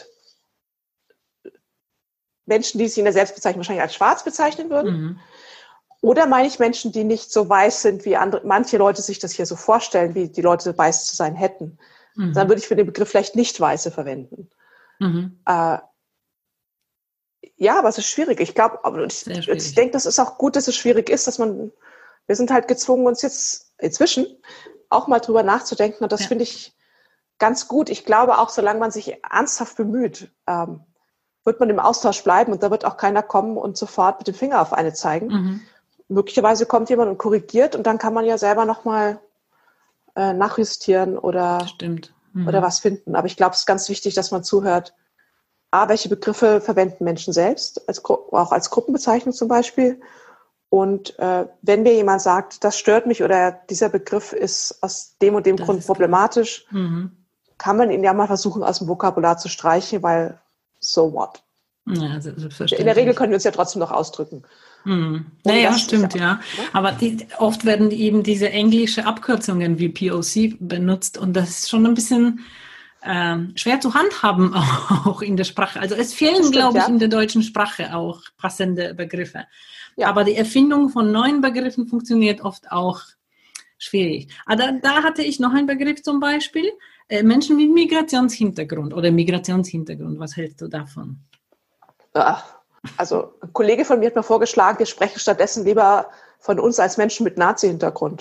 Menschen, die sich in der Selbstbezeichnung wahrscheinlich als schwarz bezeichnen würden? Mhm. Oder meine ich Menschen, die nicht so weiß sind, wie andere, manche Leute sich das hier so vorstellen, wie die Leute weiß zu sein hätten? Mhm. Dann würde ich für den Begriff vielleicht nicht Weiße verwenden. Mhm. Äh, ja, aber es ist schwierig. Ich glaube, ich, ich denke, das ist auch gut, dass es schwierig ist, dass man, wir sind halt gezwungen, uns jetzt inzwischen auch mal drüber nachzudenken. Und das ja. finde ich ganz gut. Ich glaube auch, solange man sich ernsthaft bemüht, ähm, wird man im Austausch bleiben und da wird auch keiner kommen und sofort mit dem Finger auf eine zeigen. Mhm. Möglicherweise kommt jemand und korrigiert und dann kann man ja selber nochmal äh, nachjustieren oder, Stimmt. Mhm. oder was finden. Aber ich glaube, es ist ganz wichtig, dass man zuhört. A, welche Begriffe verwenden Menschen selbst, als, auch als Gruppenbezeichnung zum Beispiel. Und äh, wenn mir jemand sagt, das stört mich oder dieser Begriff ist aus dem und dem das Grund problematisch, mhm. kann man ihn ja mal versuchen, aus dem Vokabular zu streichen, weil so what? Ja, in der Regel können wir uns ja trotzdem noch ausdrücken. Hm. Naja, stimmt, ja. Ne? Aber die, oft werden eben diese englische Abkürzungen wie P O C benutzt und das ist schon ein bisschen ähm, schwer zu handhaben auch in der Sprache. Also es fehlen, stimmt, glaube ich, ja. in der deutschen Sprache auch passende Begriffe. Ja. Aber die Erfindung von neuen Begriffen funktioniert oft auch schwierig. Aber da, da hatte ich noch einen Begriff zum Beispiel, äh, Menschen mit Migrationshintergrund oder Migrationshintergrund. Was hältst du davon? Ach, also ein Kollege von mir hat mir vorgeschlagen, wir sprechen stattdessen lieber von uns als Menschen mit Nazi-Hintergrund.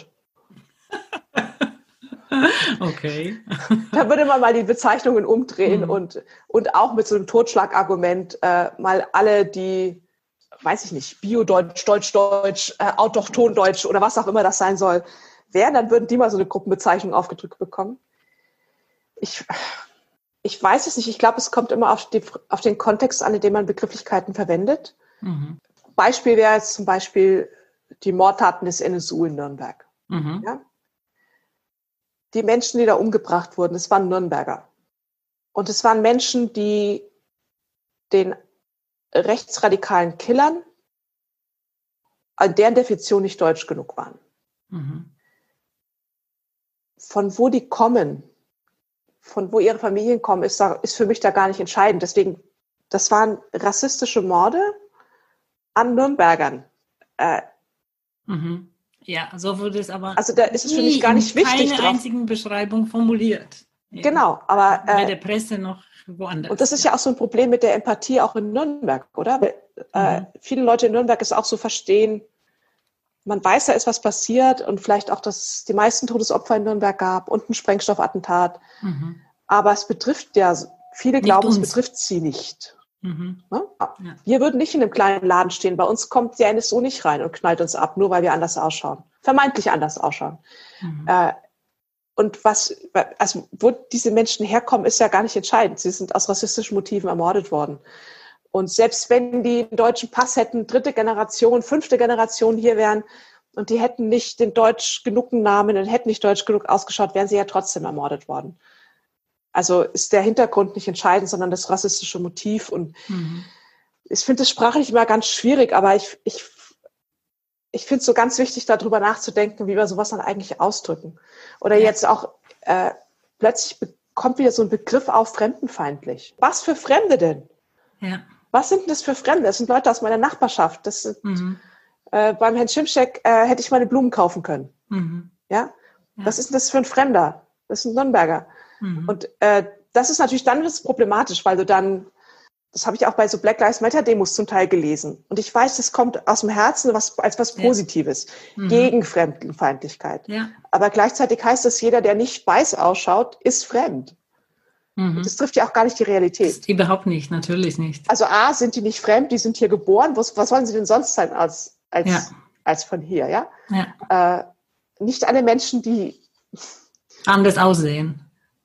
Okay. Da würde man mal die Bezeichnungen umdrehen mhm. und, und auch mit so einem Totschlagargument äh, mal alle, die, weiß ich nicht, Bio-Deutsch, Deutsch-Deutsch, äh, Autochton-Deutsch oder was auch immer das sein soll, wären, dann würden die mal so eine Gruppenbezeichnung aufgedrückt bekommen. Ich... Ich weiß es nicht. Ich glaube, es kommt immer auf, die, auf den Kontext an, in dem man Begrifflichkeiten verwendet. Mhm. Beispiel wäre jetzt zum Beispiel die Mordtaten des N S U in Nürnberg. Mhm. Ja? Die Menschen, die da umgebracht wurden, es waren Nürnberger. Und es waren Menschen, die den rechtsradikalen Killern an deren Definition nicht deutsch genug waren. Mhm. Von wo die kommen, von wo ihre Familien kommen, ist, da, ist für mich da gar nicht entscheidend. Deswegen, das waren rassistische Morde an Nürnbergern. Äh, mhm. Ja, so wurde es aber also da ist es für mich gar nicht wichtig. Keine einzigen Beschreibung formuliert. Genau, aber bei äh, der Presse noch woanders. Und das ist ja auch so ein Problem mit der Empathie auch in Nürnberg, oder? Weil, äh, mhm. viele Leute in Nürnberg es auch so verstehen, man weiß, da ist was passiert und vielleicht auch, dass es die meisten Todesopfer in Nürnberg gab und ein Sprengstoffattentat. Mhm. Aber es betrifft ja, viele nicht glauben, uns. es betrifft sie nicht. Mhm. Ne? Ja. Wir würden nicht in einem kleinen Laden stehen. Bei uns kommt der N S O nicht rein und knallt uns ab, nur weil wir anders ausschauen. Vermeintlich anders ausschauen. Mhm. Äh, und was, also wo diese Menschen herkommen, ist ja gar nicht entscheidend. Sie sind aus rassistischen Motiven ermordet worden. Und selbst wenn die einen deutschen Pass hätten, dritte Generation, fünfte Generation hier wären und die hätten nicht den deutsch genugen Namen und hätten nicht deutsch genug ausgeschaut, wären sie ja trotzdem ermordet worden. Also ist der Hintergrund nicht entscheidend, sondern das rassistische Motiv. Und Mhm. ich finde es sprachlich immer ganz schwierig, aber ich, ich, ich finde es so ganz wichtig, darüber nachzudenken, wie wir sowas dann eigentlich ausdrücken. Oder Ja. jetzt auch äh, plötzlich kommt wieder so ein Begriff auf, fremdenfeindlich. Was für Fremde denn? Ja. Was sind denn das für Fremde? Das sind Leute aus meiner Nachbarschaft. Das sind, Mhm. äh, beim Herrn Schimschek äh, hätte ich meine Blumen kaufen können. Mhm. Ja? Ja. Was ist denn das für ein Fremder? Das ist ein Nürnberger. Mhm. Und äh, das ist natürlich dann das problematisch, weil du dann, das habe ich auch bei so Black Lives Matter Demos zum Teil gelesen. Und ich weiß, das kommt aus dem Herzen was, als was Positives, ja. Mhm. gegen Fremdenfeindlichkeit. Ja. Aber gleichzeitig heißt das, jeder, der nicht weiß ausschaut, ist fremd. Mhm. Und das trifft ja auch gar nicht die Realität. Das überhaupt nicht, natürlich nicht. Also A, sind die nicht fremd, die sind hier geboren. Was, was sollen sie denn sonst sein als, als, Ja. als von hier? Ja? Ja. Äh, nicht alle Menschen, die Anders aussehen.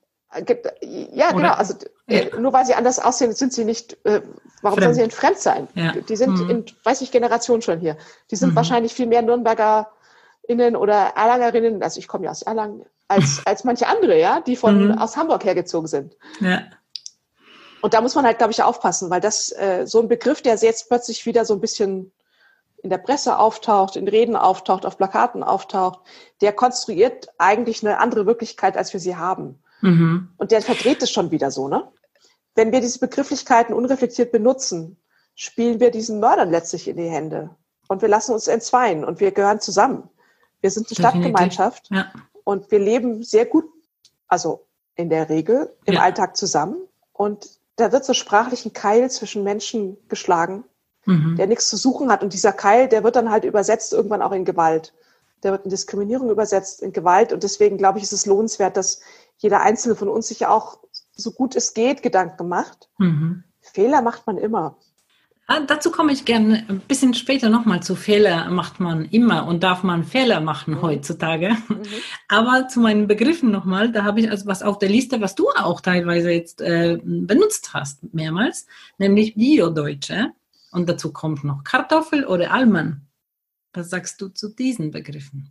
Ja, Oder- genau. Also äh, Ja. nur weil sie anders aussehen, sind sie nicht, äh, warum Fremd. sollen sie denn fremd sein? Ja. Die sind Mhm. in, weiß ich, Generationen schon hier. Die sind Mhm. wahrscheinlich viel mehr NürnbergerInnen oder Erlangerinnen, also ich komme ja aus Erlangen, als, als manche andere, ja, die von Mhm. aus Hamburg hergezogen sind. Ja. Und da muss man halt, glaube ich, aufpassen, weil das äh, so ein Begriff, der jetzt plötzlich wieder so ein bisschen in der Presse auftaucht, in Reden auftaucht, auf Plakaten auftaucht, der konstruiert eigentlich eine andere Wirklichkeit, als wir sie haben. Mhm. Und der verdreht es schon wieder so, ne? Wenn wir diese Begrifflichkeiten unreflektiert benutzen, spielen wir diesen Mördern letztlich in die Hände. Und wir lassen uns entzweien und wir gehören zusammen. Wir sind eine Definitiv. Stadtgemeinschaft Ja. und wir leben sehr gut, also in der Regel, im Ja. Alltag zusammen. Und da wird so sprachlich ein Keil zwischen Menschen geschlagen, Mhm. der nichts zu suchen hat. Und dieser Keil, der wird dann halt übersetzt irgendwann auch in Gewalt. Der wird in Diskriminierung übersetzt, in Gewalt. Und deswegen, glaube ich, ist es lohnenswert, dass jeder Einzelne von uns sich auch, so gut es geht, Gedanken macht. Mhm. Fehler macht man immer. Ah, dazu komme ich gerne ein bisschen später nochmal zu. Fehler macht man immer und darf man Fehler machen Mhm. heutzutage. Mhm. Aber zu meinen Begriffen nochmal, da habe ich also was auf der Liste, was du auch teilweise jetzt äh, benutzt hast, mehrmals, nämlich Bio-Deutsche. Und dazu kommt noch Kartoffel oder Almen. Was sagst du zu diesen Begriffen?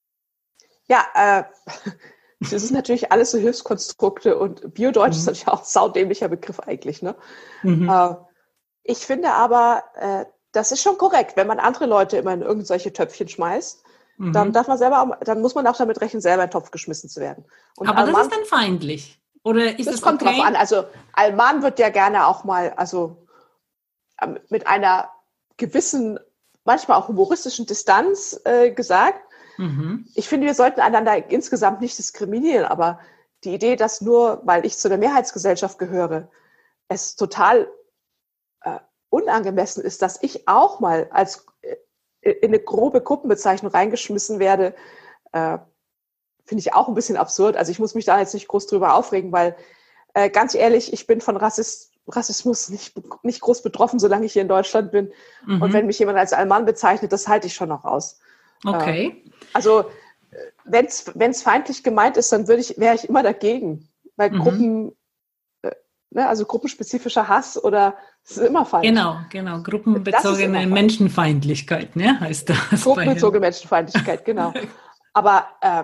Ja, äh, das ist natürlich alles so Hilfskonstrukte und Biodeutsch Mhm. ist natürlich auch ein saudämlicher Begriff eigentlich, ne? Mhm. Äh, ich finde aber, äh, das ist schon korrekt, wenn man andere Leute immer in irgendwelche Töpfchen schmeißt, Mhm. dann darf man selber, auch, dann muss man auch damit rechnen, selber in den Topf geschmissen zu werden. Und Aber das Alman, ist dann feindlich. Oder ist das es kommt okay? drauf an. Also Alman wird ja gerne auch mal, also ähm, mit einer gewissen, manchmal auch humoristischen Distanz äh, gesagt. Mhm. Ich finde, wir sollten einander insgesamt nicht diskriminieren, aber die Idee, dass nur, weil ich zu der Mehrheitsgesellschaft gehöre, es total äh, unangemessen ist, dass ich auch mal als äh, in eine grobe Gruppenbezeichnung reingeschmissen werde, äh, finde ich auch ein bisschen absurd. Also ich muss mich da jetzt nicht groß drüber aufregen, weil äh, ganz ehrlich, ich bin von Rassist, Rassismus nicht, nicht groß betroffen, solange ich hier in Deutschland bin. Mhm. Und wenn mich jemand als Alman bezeichnet, das halte ich schon noch aus. Okay. Also wenn es feindlich gemeint ist, dann würde ich, wäre ich immer dagegen. Weil Mhm. Gruppen, äh, ne, also gruppenspezifischer Hass oder es ist immer falsch. Genau, genau. Gruppenbezogene falsch. Menschenfeindlichkeit, ne, heißt das. Gruppenbezogene Menschenfeindlichkeit, genau. Aber äh,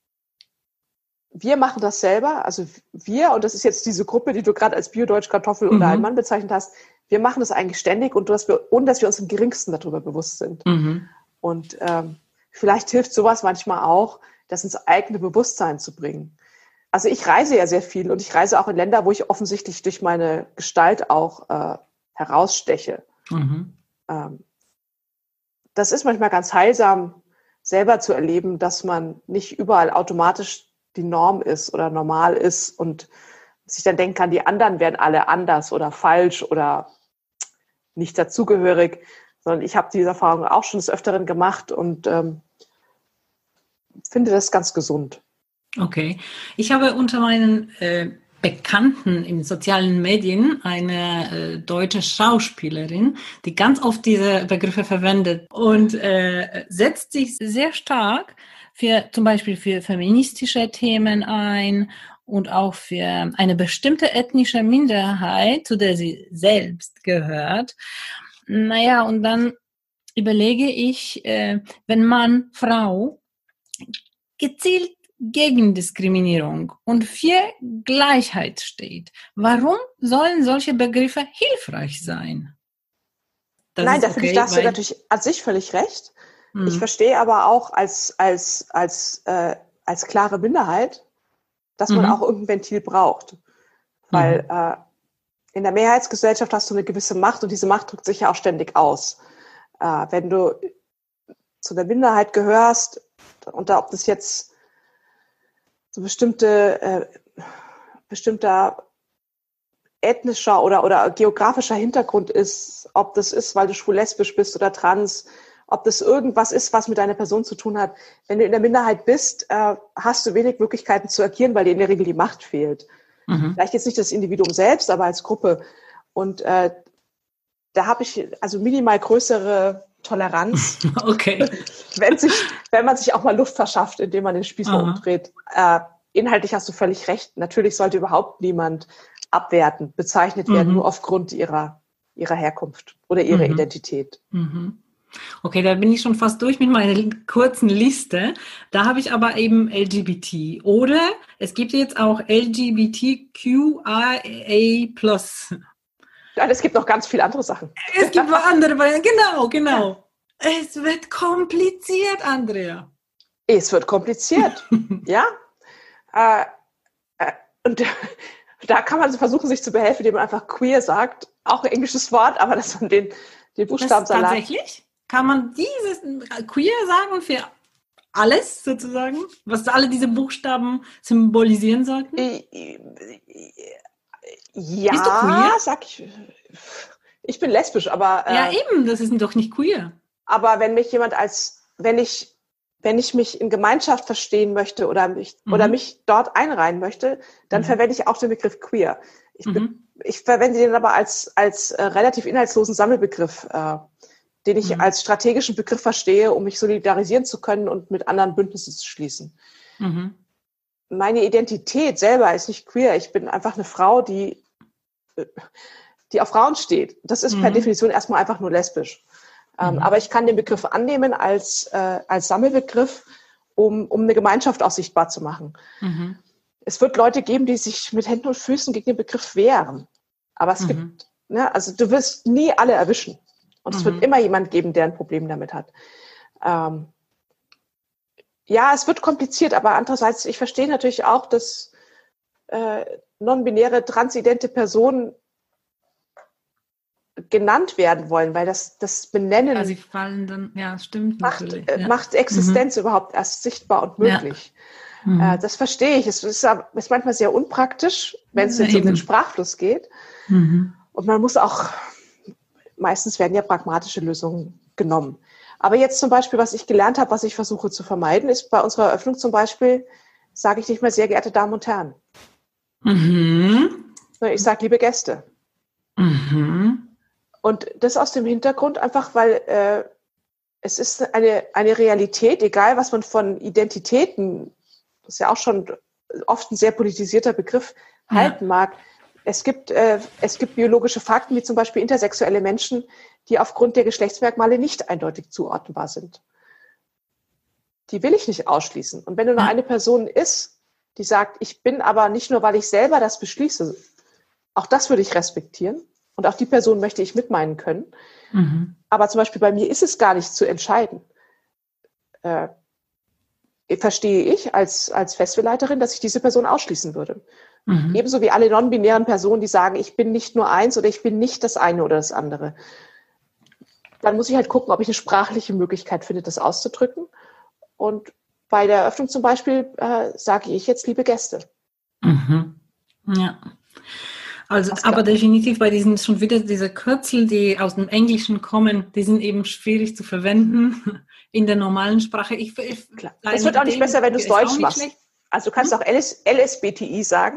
wir machen das selber, also wir, und das ist jetzt diese Gruppe, die du gerade als Biodeutsch-Kartoffel Mhm. oder ein Mann bezeichnet hast, wir machen das eigentlich ständig und dass wir, ohne dass wir uns im Geringsten darüber bewusst sind. Mhm. Und ähm, vielleicht hilft sowas manchmal auch, das ins eigene Bewusstsein zu bringen. Also ich reise ja sehr viel und ich reise auch in Länder, wo ich offensichtlich durch meine Gestalt auch äh, heraussteche. Mhm. Ähm, das ist manchmal ganz heilsam, selber zu erleben, dass man nicht überall automatisch die Norm ist oder normal ist und sich dann denken kann, die anderen werden alle anders oder falsch oder nicht dazugehörig, sondern ich habe diese Erfahrung auch schon des Öfteren gemacht und ähm, finde das ganz gesund. Okay. Ich habe unter meinen äh, Bekannten in sozialen Medien, eine äh, deutsche Schauspielerin, die ganz oft diese Begriffe verwendet und äh, setzt sich sehr stark für zum Beispiel für feministische Themen ein und auch für eine bestimmte ethnische Minderheit, zu der sie selbst gehört. Naja, und dann überlege ich, äh, wenn man Frau gezielt gegen Diskriminierung und für Gleichheit steht, warum sollen solche Begriffe hilfreich sein? Das Nein, da finde okay, ich, da hast du natürlich an sich völlig recht. Mhm. Ich verstehe aber auch als, als, als, äh, als klare Minderheit, dass man mhm. auch irgendein Ventil braucht. Weil mhm. äh, in der Mehrheitsgesellschaft hast du eine gewisse Macht und diese Macht drückt sich ja auch ständig aus. Äh, wenn du zu der Minderheit gehörst und da, ob das jetzt so bestimmte, äh, bestimmter ethnischer oder, oder geografischer Hintergrund ist, ob das ist, weil du schwul-lesbisch bist oder trans, ob das irgendwas ist, was mit deiner Person zu tun hat. Wenn du in der Minderheit bist, äh, hast du wenig Möglichkeiten zu agieren, weil dir in der Regel die Macht fehlt. Mhm. Vielleicht jetzt nicht das Individuum selbst, aber als Gruppe. Und äh, da habe ich also minimal größere Toleranz, okay. wenn, sich, wenn man sich auch mal Luft verschafft, indem man den Spieß mal umdreht. Äh, inhaltlich hast du völlig recht. Natürlich sollte überhaupt niemand abwertend bezeichnet werden, mhm. nur aufgrund ihrer, ihrer Herkunft oder ihrer mhm. Identität. Mhm. Okay, da bin ich schon fast durch mit meiner kurzen Liste. Da habe ich aber eben L G B T. Oder es gibt jetzt auch L G B T Q I A plus. Ja, es gibt noch ganz viele andere Sachen. Es gibt noch andere, genau, genau. Ja. Es wird kompliziert, Andrea. Es wird kompliziert, ja. Äh, äh, und da kann man versuchen, sich zu behelfen, indem man einfach queer sagt. Auch ein englisches Wort, aber dass man den, den Buchstabensalat... Tatsächlich? Kann man dieses queer sagen für alles sozusagen? Was alle diese Buchstaben symbolisieren sollten? Ja, bist du queer? Sag ich. Ich bin lesbisch, aber... Äh, ja, eben, das ist doch nicht queer. Aber wenn mich jemand als... Wenn ich, wenn ich mich in Gemeinschaft verstehen möchte oder mich, mhm. oder mich dort einreihen möchte, dann mhm. verwende ich auch den Begriff queer. Ich, mhm. ich verwende den aber als, als äh, relativ inhaltslosen Sammelbegriff, äh, den ich mhm. als strategischen Begriff verstehe, um mich solidarisieren zu können und mit anderen Bündnisse zu schließen. Mhm. Meine Identität selber ist nicht queer. Ich bin einfach eine Frau, die, die auf Frauen steht. Das ist mhm. per Definition erstmal einfach nur lesbisch. Mhm. Ähm, aber ich kann den Begriff annehmen als, äh, als Sammelbegriff, um, um eine Gemeinschaft auch sichtbar zu machen. Mhm. Es wird Leute geben, die sich mit Händen und Füßen gegen den Begriff wehren. Aber es mhm. gibt, ne, also du wirst nie alle erwischen. Und mhm. es wird immer jemand geben, der ein Problem damit hat. Ähm, ja, es wird kompliziert, aber andererseits, ich verstehe natürlich auch, dass äh, non-binäre, transidente Personen genannt werden wollen, weil das, das Benennen ja, sie fallen dann, ja, stimmt macht, natürlich. Äh, ja. macht Existenz mhm. überhaupt erst sichtbar und möglich. Ja. Mhm. Äh, das verstehe ich. Es ist, ist manchmal sehr unpraktisch, wenn es ja, jetzt eben um den Sprachfluss geht. Mhm. Und man muss auch, meistens werden ja pragmatische Lösungen genommen. Aber jetzt zum Beispiel, was ich gelernt habe, was ich versuche zu vermeiden, ist bei unserer Eröffnung zum Beispiel, sage ich nicht mehr sehr geehrte Damen und Herren. Mhm. Ich sage liebe Gäste. Mhm. Und das aus dem Hintergrund einfach, weil äh, es ist eine, eine Realität, egal was man von Identitäten, das ist ja auch schon oft ein sehr politisierter Begriff, ja. halten mag. Es gibt, äh, es gibt biologische Fakten, wie zum Beispiel intersexuelle Menschen, die aufgrund der Geschlechtsmerkmale nicht eindeutig zuordnenbar sind. Die will ich nicht ausschließen. Und wenn nur eine Person ist, die sagt, ich bin aber nicht nur, weil ich selber das beschließe, auch das würde ich respektieren. Und auch die Person möchte ich mitmeinen können. Mhm. Aber zum Beispiel bei mir ist es gar nicht zu entscheiden. Äh, verstehe ich als, als Festivalleiterin, dass ich diese Person ausschließen würde. Mhm. Ebenso wie alle non-binären Personen, die sagen, ich bin nicht nur eins oder ich bin nicht das eine oder das andere. Dann muss ich halt gucken, ob ich eine sprachliche Möglichkeit finde, das auszudrücken. Und bei der Eröffnung zum Beispiel äh, sage ich jetzt liebe Gäste. Mhm. Ja. Also, aber definitiv bei diesen schon wieder diese Kürzel, die aus dem Englischen kommen, die sind eben schwierig zu verwenden in der normalen Sprache. Ich, ich, Klar. Es wird auch nicht besser, wenn du es Deutsch machst. Schlecht. Also du kannst hm? auch L S B T I sagen.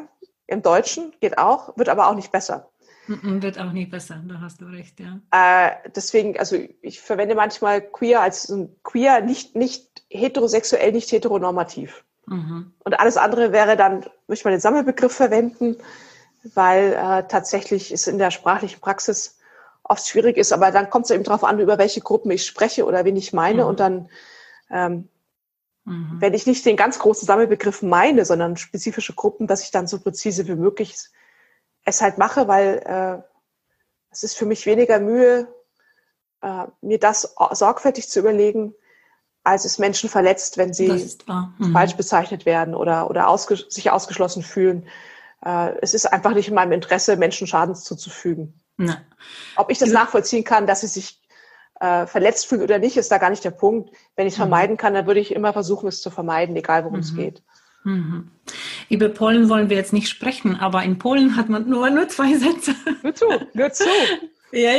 im Deutschen, geht auch, wird aber auch nicht besser. Wird auch nicht besser, da hast du recht, ja. Äh, deswegen, also ich verwende manchmal queer als ein queer, nicht, nicht heterosexuell, nicht heteronormativ. Mhm. Und alles andere wäre dann, möchte man den Sammelbegriff verwenden, weil äh, tatsächlich es in der sprachlichen Praxis oft schwierig ist, aber dann kommt es eben darauf an, über welche Gruppen ich spreche oder wen ich meine. Mhm. Und dann, ähm, mhm. wenn ich nicht den ganz großen Sammelbegriff meine, sondern spezifische Gruppen, dass ich dann so präzise wie möglich es halt mache, weil äh, es ist für mich weniger Mühe, äh, mir das sorgfältig zu überlegen, als es Menschen verletzt, wenn sie mhm. falsch bezeichnet werden oder, oder ausge- sich ausgeschlossen fühlen. Äh, es ist einfach nicht in meinem Interesse, Menschen Schaden zuzufügen. Na. Ob ich das ja. nachvollziehen kann, dass sie sich äh, verletzt fühlen oder nicht, ist da gar nicht der Punkt. Wenn ich es mhm. vermeiden kann, dann würde ich immer versuchen, es zu vermeiden, egal worum mhm. es geht. Mhm. Über Polen wollen wir jetzt nicht sprechen, aber in Polen hat man nur, nur zwei Sätze. Nur zu, nur zu. Ja,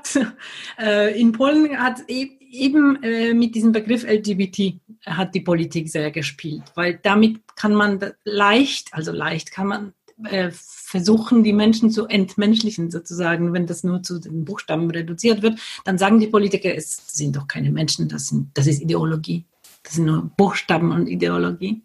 ja. In Polen hat eben mit diesem Begriff L G B T hat die Politik sehr gespielt, weil damit kann man leicht, also leicht kann man versuchen, die Menschen zu entmenschlichen sozusagen. Wenn das nur zu den Buchstaben reduziert wird, dann sagen die Politiker, es sind doch keine Menschen, das, sind, das ist Ideologie. Das sind nur Buchstaben und Ideologie.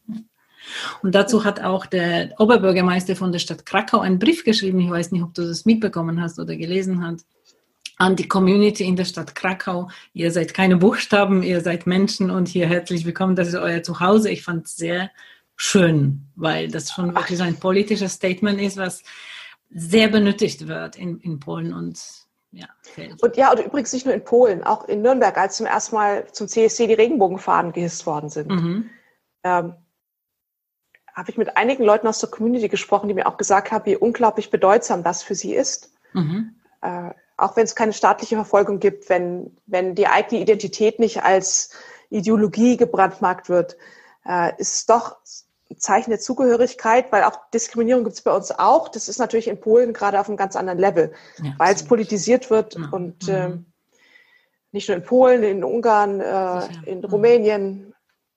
Und dazu hat auch der Oberbürgermeister von der Stadt Krakau einen Brief geschrieben, ich weiß nicht, ob du das mitbekommen hast oder gelesen hast, an die Community in der Stadt Krakau. Ihr seid keine Buchstaben, ihr seid Menschen und hier herzlich willkommen, das ist euer Zuhause. Ich fand es sehr schön, weil das schon wirklich ein politisches Statement ist, was sehr benötigt wird in, in Polen und ja. Fällt. Und ja, und übrigens nicht nur in Polen, auch in Nürnberg, als zum ersten Mal zum C S C die Regenbogenfahnen gehisst worden sind. Mhm. Ähm, habe ich mit einigen Leuten aus der Community gesprochen, die mir auch gesagt haben, wie unglaublich bedeutsam das für sie ist. Mhm. Äh, auch wenn es keine staatliche Verfolgung gibt, wenn, wenn die eigene Identität nicht als Ideologie gebrandmarkt wird, äh, ist es doch ein Zeichen der Zugehörigkeit, weil auch Diskriminierung gibt es bei uns auch. Das ist natürlich in Polen gerade auf einem ganz anderen Level, ja, weil es politisiert wird ja. und mhm. äh, nicht nur in Polen, in Ungarn, äh, in Rumänien,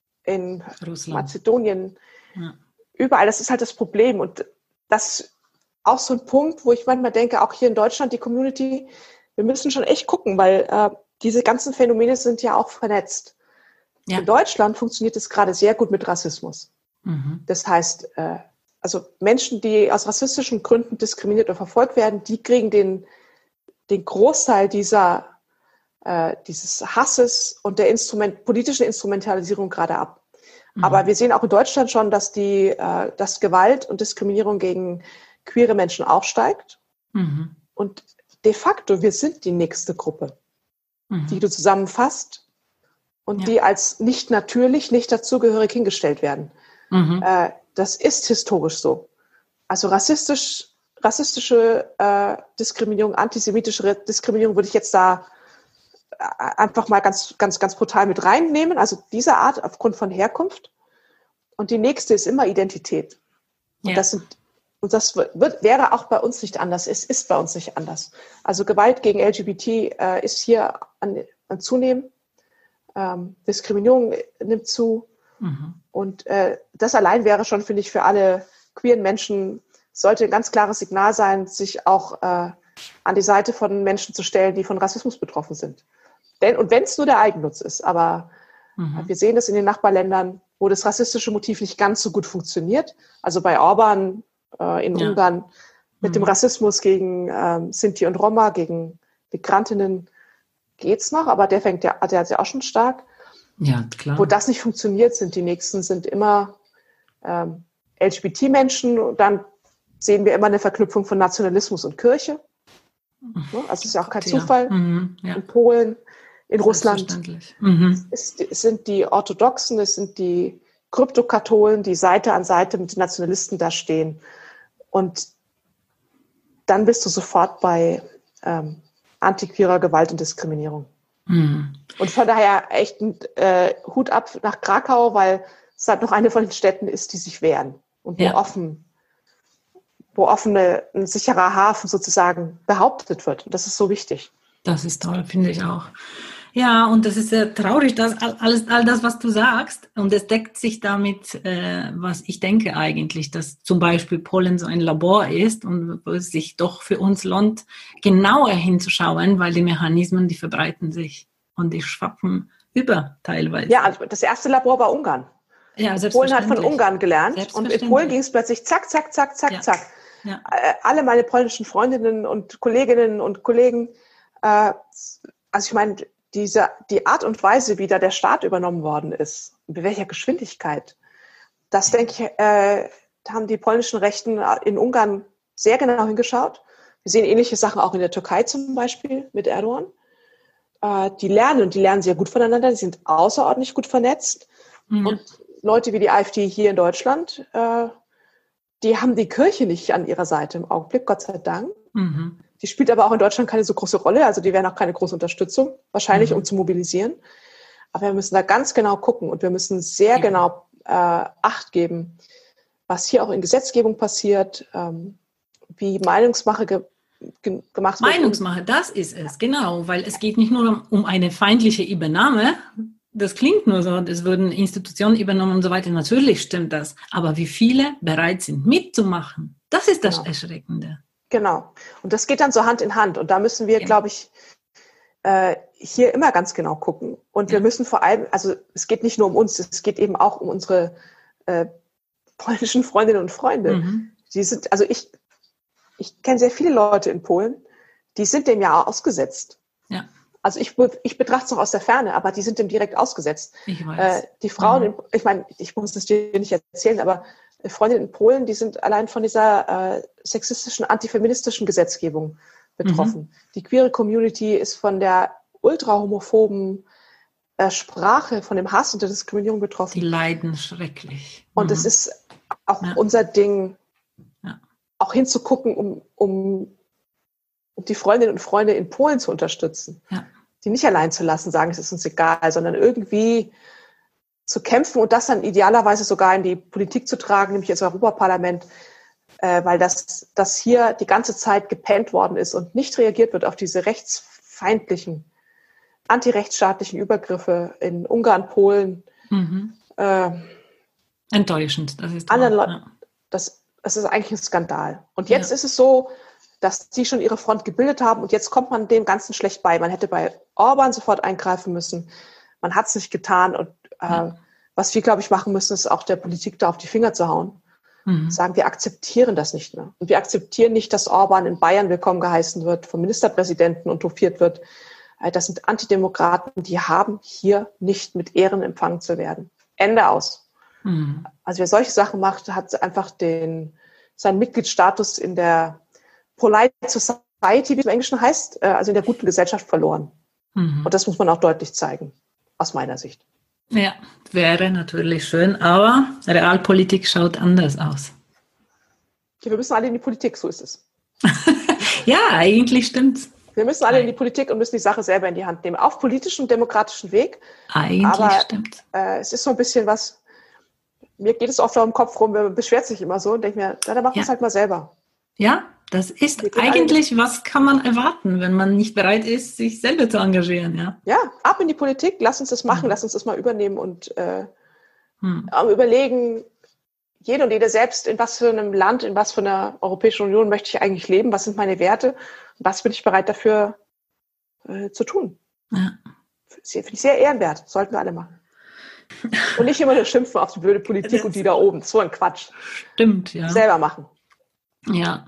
in Russland. Mazedonien, ja. Überall, das ist halt das Problem. Und das ist auch so ein Punkt, wo ich manchmal denke, auch hier in Deutschland, die Community, wir müssen schon echt gucken, weil äh, diese ganzen Phänomene sind ja auch vernetzt. Ja. In Deutschland funktioniert es gerade sehr gut mit Rassismus. Mhm. Das heißt, äh, also Menschen, die aus rassistischen Gründen diskriminiert oder verfolgt werden, die kriegen den, den Großteil dieser, äh, dieses Hasses und der Instrument, politischen Instrumentalisierung gerade ab. Aber wir sehen auch in Deutschland schon, dass die, äh, dass Gewalt und Diskriminierung gegen queere Menschen auch steigt. Mhm. Und de facto, wir sind die nächste Gruppe, mhm. die du zusammenfasst und ja. die als nicht natürlich, nicht dazugehörig hingestellt werden. Mhm. Äh, das ist historisch so. Also rassistisch, rassistische äh, Diskriminierung, antisemitische Diskriminierung würde ich jetzt da einfach mal ganz, ganz, ganz brutal mit reinnehmen. Also diese Art aufgrund von Herkunft. Und die nächste ist immer Identität. Und ja. das sind, und das wird, wäre auch bei uns nicht anders. Es ist bei uns nicht anders. Also Gewalt gegen L G B T äh, ist hier an, an Zunehmen. Ähm, Diskriminierung nimmt zu. Mhm. Und äh, das allein wäre schon, finde ich, für alle queeren Menschen, sollte ein ganz klares Signal sein, sich auch äh, an die Seite von Menschen zu stellen, die von Rassismus betroffen sind. Denn, und wenn es nur der Eigennutz ist, aber mhm. wir sehen das in den Nachbarländern, wo das rassistische Motiv nicht ganz so gut funktioniert. Also bei Orban äh, in ja. Ungarn mit mhm. dem Rassismus gegen ähm, Sinti und Roma, gegen Migrantinnen geht's noch, aber der fängt ja, der hat ja auch schon stark. Ja, klar. Wo das nicht funktioniert, sind die nächsten, sind immer ähm, L G B T-Menschen und dann sehen wir immer eine Verknüpfung von Nationalismus und Kirche. Also es ist ja auch kein ja. Zufall. Mhm, ja. In Polen, in Russland mhm. es, es sind die Orthodoxen, es sind die Kryptokatholen, die Seite an Seite mit den Nationalisten da stehen. Und dann bist du sofort bei ähm, antiqueerer Gewalt und Diskriminierung. Mhm. Und von daher echt ein äh, Hut ab nach Krakau, weil es halt noch eine von den Städten ist, die sich wehren und wo ja. offen wo offene, ein sicherer Hafen sozusagen behauptet wird. Und das ist so wichtig. Das ist toll, finde ich auch. Ja, und das ist sehr traurig, dass all- alles, all das, was du sagst, und es deckt sich damit, äh, was ich denke eigentlich, dass zum Beispiel Polen so ein Labor ist und wo es sich doch für uns lohnt, genauer hinzuschauen, weil die Mechanismen, die verbreiten sich und die schwappen über teilweise. Ja, also das erste Labor war Ungarn. Ja, Polen hat von Ungarn gelernt und in Polen ging es plötzlich zack, zack, zack, zack, Ja. zack. Ja. Äh, Alle meine polnischen Freundinnen und Kolleginnen und Kollegen, äh, also ich meine, diese, die Art und Weise, wie da der Staat übernommen worden ist, mit welcher Geschwindigkeit, das denke ich, äh, da haben die polnischen Rechten in Ungarn sehr genau hingeschaut. Wir sehen ähnliche Sachen auch in der Türkei zum Beispiel mit Erdogan. Äh, die lernen und die lernen sehr gut voneinander, die sind außerordentlich gut vernetzt. Mhm. Und Leute wie die AfD hier in Deutschland, äh, die haben die Kirche nicht an ihrer Seite im Augenblick, Gott sei Dank. Mhm. Die spielt aber auch in Deutschland keine so große Rolle, also die werden auch keine große Unterstützung, wahrscheinlich Mhm. um zu mobilisieren. Aber wir müssen da ganz genau gucken und wir müssen sehr Ja. genau äh, Acht geben, was hier auch in Gesetzgebung passiert, ähm, wie Meinungsmache ge ge gemacht wird. Meinungsmache, das ist es, genau, weil es geht nicht nur um, um eine feindliche Übernahme, das klingt nur so, es würden Institutionen übernommen und so weiter, natürlich stimmt das, aber wie viele bereit sind mitzumachen, das ist das Genau. Erschreckende. Genau. Und das geht dann so Hand in Hand. Und da müssen wir, Ja. glaube ich, äh, hier immer ganz genau gucken. Und wir Ja. müssen vor allem, also es geht nicht nur um uns, es geht eben auch um unsere äh, polnischen Freundinnen und Freunde. Mhm. Die sind, also ich, ich kenne sehr viele Leute in Polen, die sind dem ja ausgesetzt. Ja, Also ich, be- ich betrachte es noch aus der Ferne, aber die sind dem direkt ausgesetzt. ich weiß. Äh, die Frauen, Mhm. in, ich meine, ich muss das dir nicht erzählen, aber Freundinnen in Polen, die sind allein von dieser äh, sexistischen, antifeministischen Gesetzgebung betroffen. Mhm. Die queere Community ist von der ultra-homophoben äh, Sprache, von dem Hass und der Diskriminierung betroffen. Die leiden schrecklich. Und Mhm. es ist auch Ja. unser Ding, Ja. auch hinzugucken, um, um, um die Freundinnen und Freunde in Polen zu unterstützen. Ja. Die nicht allein zu lassen, sagen, es ist uns egal, sondern irgendwie zu kämpfen und das dann idealerweise sogar in die Politik zu tragen, nämlich ins Europaparlament, äh, weil das, das hier die ganze Zeit gepennt worden ist und nicht reagiert wird auf diese rechtsfeindlichen, antirechtsstaatlichen Übergriffe in Ungarn, Polen, Mhm. äh, Enttäuschend, das ist anderen wahr, Leuten. Das, das ist eigentlich ein Skandal. Und jetzt Ja. ist es so, dass sie schon ihre Front gebildet haben und jetzt kommt man dem Ganzen schlecht bei. Man hätte bei Orban sofort eingreifen müssen. Man hat es nicht getan. Und äh, Ja. was wir, glaube ich, machen müssen, ist auch der Politik da auf die Finger zu hauen. Mhm. Sagen, wir akzeptieren das nicht mehr. Und wir akzeptieren nicht, dass Orban in Bayern willkommen geheißen wird, vom Ministerpräsidenten und hofiert wird. Äh, Das sind Antidemokraten, die haben hier nicht mit Ehren empfangen zu werden. Ende aus. Mhm. Also wer solche Sachen macht, hat einfach den, seinen Mitgliedsstatus in der Polite Society, wie es im Englischen heißt, äh, also in der guten Gesellschaft verloren. Mhm. Und das muss man auch deutlich zeigen, aus meiner Sicht. Ja, wäre natürlich schön, aber Realpolitik schaut anders aus. Okay, wir müssen alle in die Politik, so ist es. Ja, eigentlich stimmt's. Wir müssen alle in die Politik und müssen die Sache selber in die Hand nehmen. Auf politischem, demokratischen Weg. Eigentlich Aber stimmt's. äh, es ist so ein bisschen was, mir geht es oft auch im Kopf rum, man beschwert sich immer so und denkt mir, na, dann machen wir es Ja. halt mal selber. Ja, das ist Wir gehen eigentlich, was kann man erwarten, wenn man nicht bereit ist, sich selber zu engagieren, ja? Ja, ab in die Politik, lass uns das machen, Mhm. lass uns das mal übernehmen und äh, Hm. überlegen, jede und jede selbst, in was für einem Land, in was für einer Europäischen Union möchte ich eigentlich leben, was sind meine Werte und was bin ich bereit dafür äh, zu tun. Ja. Finde ich sehr ehrenwert, sollten wir alle machen. Und nicht immer nur schimpfen auf die blöde Politik Das- und die da oben, so ein Quatsch. Stimmt, ja. Selber machen. Ja.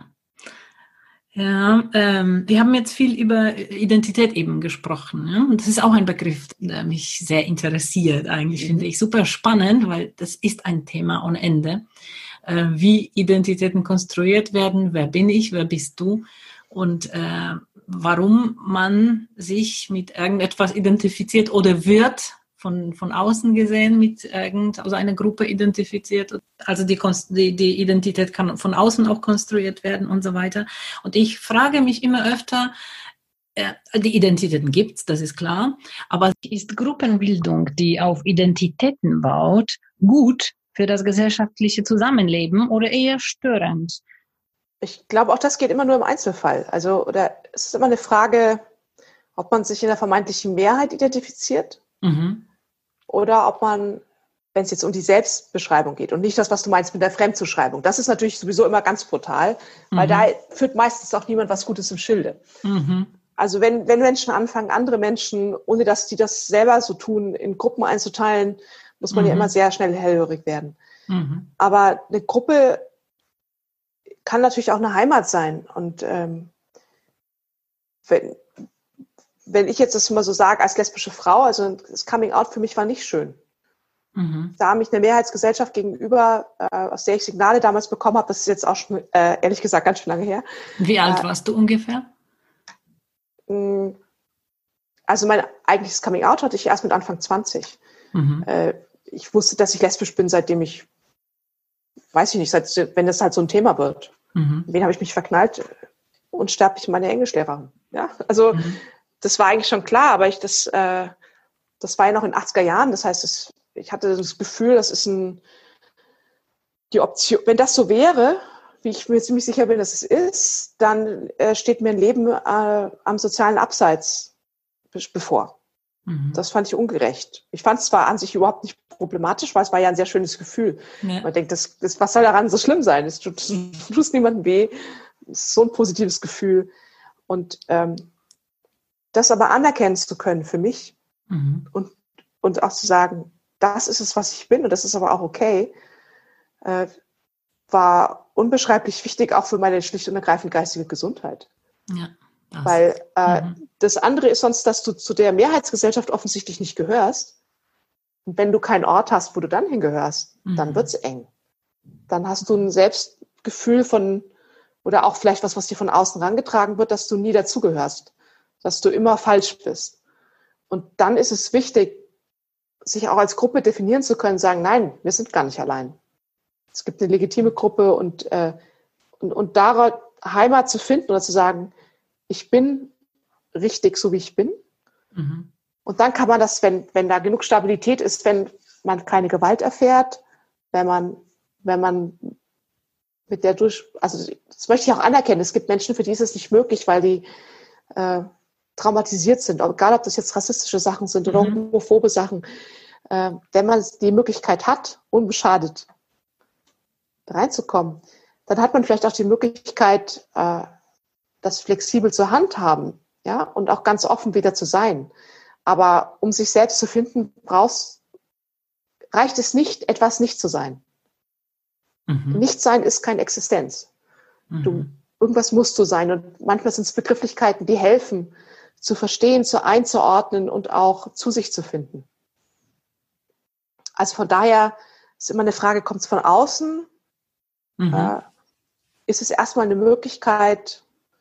Ja, ähm, wir haben jetzt viel über Identität eben gesprochen. Ja? Und das ist auch ein Begriff, der mich sehr interessiert. Eigentlich Mhm. finde ich super spannend, weil das ist ein Thema ohne Ende. Äh, wie Identitäten konstruiert werden, wer bin ich, wer bist du und äh, warum man sich mit irgendetwas identifiziert oder wird von, von außen gesehen mit irgend, also einer Gruppe identifiziert. Also die, die, die Identität kann von außen auch konstruiert werden und so weiter. Und ich frage mich immer öfter, äh, die Identitäten gibt's, das ist klar, aber ist Gruppenbildung, die auf Identitäten baut, gut für das gesellschaftliche Zusammenleben oder eher störend? Ich glaube, auch das geht immer nur im Einzelfall. Also, oder es ist immer eine Frage, ob man sich in der vermeintlichen Mehrheit identifiziert Mhm. oder ob man, wenn es jetzt um die Selbstbeschreibung geht und nicht das, was du meinst mit der Fremdzuschreibung. Das ist natürlich sowieso immer ganz brutal, weil Mhm. da führt meistens auch niemand was Gutes im Schilde. Mhm. Also wenn, wenn Menschen anfangen, andere Menschen, ohne dass die das selber so tun, in Gruppen einzuteilen, muss man Mhm. ja immer sehr schnell hellhörig werden. Mhm. Aber eine Gruppe kann natürlich auch eine Heimat sein. Und ähm, wenn, wenn ich jetzt das mal so sage, als lesbische Frau, also das Coming Out für mich war nicht schön. Mhm. Da mich eine Mehrheitsgesellschaft gegenüber, äh, aus der ich Signale damals bekommen habe, das ist jetzt auch schon, äh, ehrlich gesagt, ganz schön lange her. Wie alt Äh, warst du ungefähr? mh, Also mein eigentliches Coming Out hatte ich erst mit Anfang zwanzig. Mhm. Äh, ich wusste, dass ich lesbisch bin, seitdem ich, weiß ich nicht, seit, wenn das halt so ein Thema wird. Mhm. Wen habe ich mich verknallt? Unsterblich meine Englischlehrerin. Ja, also Mhm. das war eigentlich schon klar, aber ich das, äh, das war ja noch in den achtziger Jahren. Das heißt, das, ich hatte das Gefühl, das ist ein, die Option, wenn das so wäre, wie ich mir ziemlich sicher bin, dass es ist, dann äh, steht mir ein Leben äh, am sozialen Abseits bevor. Mhm. Das fand ich ungerecht. Ich fand es zwar an sich überhaupt nicht problematisch, weil es war ja ein sehr schönes Gefühl. Ja. Man denkt, das, das, was soll daran so schlimm sein? Es tut, tut niemandem weh. Es ist so ein positives Gefühl. Und ähm, das aber anerkennen zu können für mich Mhm. und, und auch zu sagen, das ist es, was ich bin und das ist aber auch okay, äh, war unbeschreiblich wichtig, auch für meine schlicht und ergreifend geistige Gesundheit. Ja, das. Weil äh, Mhm. das andere ist sonst, dass du zu der Mehrheitsgesellschaft offensichtlich nicht gehörst. Und wenn du keinen Ort hast, wo du dann hingehörst, Mhm. dann wird's eng. Dann hast du ein Selbstgefühl von, oder auch vielleicht was, was dir von außen rangetragen wird, dass du nie dazugehörst, dass du immer falsch bist. Und dann ist es wichtig, sich auch als Gruppe definieren zu können, sagen, nein, wir sind gar nicht allein. Es gibt eine legitime Gruppe und, äh, und, und daran Heimat zu finden oder zu sagen, ich bin richtig, so wie ich bin. Mhm. Und dann kann man das, wenn, wenn da genug Stabilität ist, wenn man keine Gewalt erfährt, wenn man, wenn man mit der durch, also das möchte ich auch anerkennen, es gibt Menschen, für die ist es nicht möglich, weil die äh, traumatisiert sind, egal ob das jetzt rassistische Sachen sind oder Mhm. homophobe Sachen. Äh, wenn man die Möglichkeit hat, unbeschadet reinzukommen, dann hat man vielleicht auch die Möglichkeit, äh, das flexibel zur Hand haben, ja, und auch ganz offen wieder zu sein. Aber um sich selbst zu finden, brauchst, reicht es nicht, etwas nicht zu sein. Mhm. Nichtsein ist keine Existenz. Du, Mhm. irgendwas musst du sein. Und manchmal sind es Begrifflichkeiten, die helfen, zu verstehen, zu einzuordnen und auch zu sich zu finden. Also von daher ist immer eine Frage, kommt es von außen? Mhm. Äh, ist es erstmal eine Möglichkeit,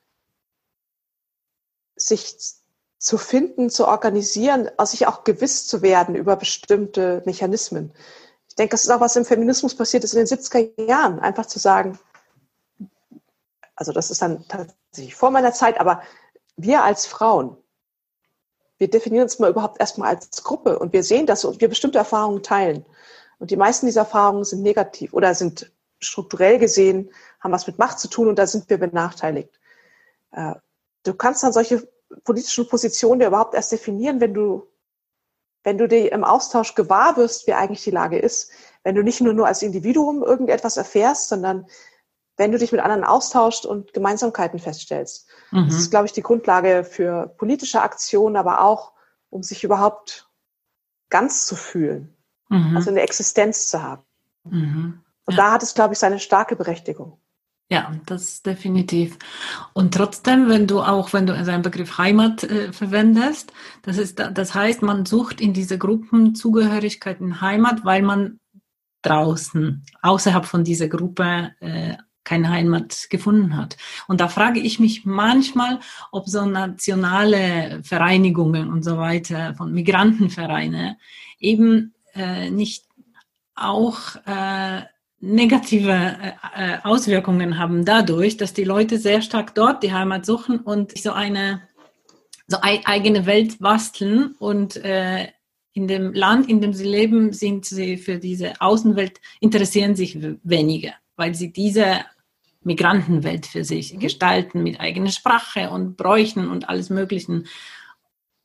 sich zu finden, zu organisieren, sich auch gewiss zu werden über bestimmte Mechanismen. Ich denke, das ist auch, was im Feminismus passiert ist in den siebziger Jahren. Einfach zu sagen, also das ist dann tatsächlich vor meiner Zeit, aber wir als Frauen, wir definieren uns mal überhaupt erstmal als Gruppe und wir sehen das und wir bestimmte Erfahrungen teilen. Und die meisten dieser Erfahrungen sind negativ oder sind strukturell gesehen, haben was mit Macht zu tun und da sind wir benachteiligt. Du kannst dann solche politischen Positionen dir überhaupt erst definieren, wenn du, wenn du dir im Austausch gewahr wirst, wie eigentlich die Lage ist. Wenn du nicht nur, nur als Individuum irgendetwas erfährst, sondern wenn du dich mit anderen austauschst und Gemeinsamkeiten feststellst. Mhm. Das ist, glaube ich, die Grundlage für politische Aktionen, aber auch, um sich überhaupt ganz zu fühlen. Mhm. Also eine Existenz zu haben. Mhm. Und Ja. da hat es, glaube ich, seine starke Berechtigung. Ja, das definitiv. Und trotzdem, wenn du auch, wenn du den Begriff Heimat äh, verwendest, das ist, das heißt, man sucht in diese Gruppenzugehörigkeit in Heimat, weil man draußen, außerhalb von dieser Gruppe, äh, keine Heimat gefunden hat. Und da frage ich mich manchmal, ob so nationale Vereinigungen und so weiter von Migrantenvereine eben äh, nicht auch äh, negative äh, Auswirkungen haben dadurch, dass die Leute sehr stark dort die Heimat suchen und so eine so eine eigene Welt basteln und äh, in dem Land, in dem sie leben, sind sie für diese Außenwelt, interessieren sich weniger, weil sie diese Migrantenwelt für sich mhm. gestalten mit eigener Sprache und Bräuchen und alles Möglichen.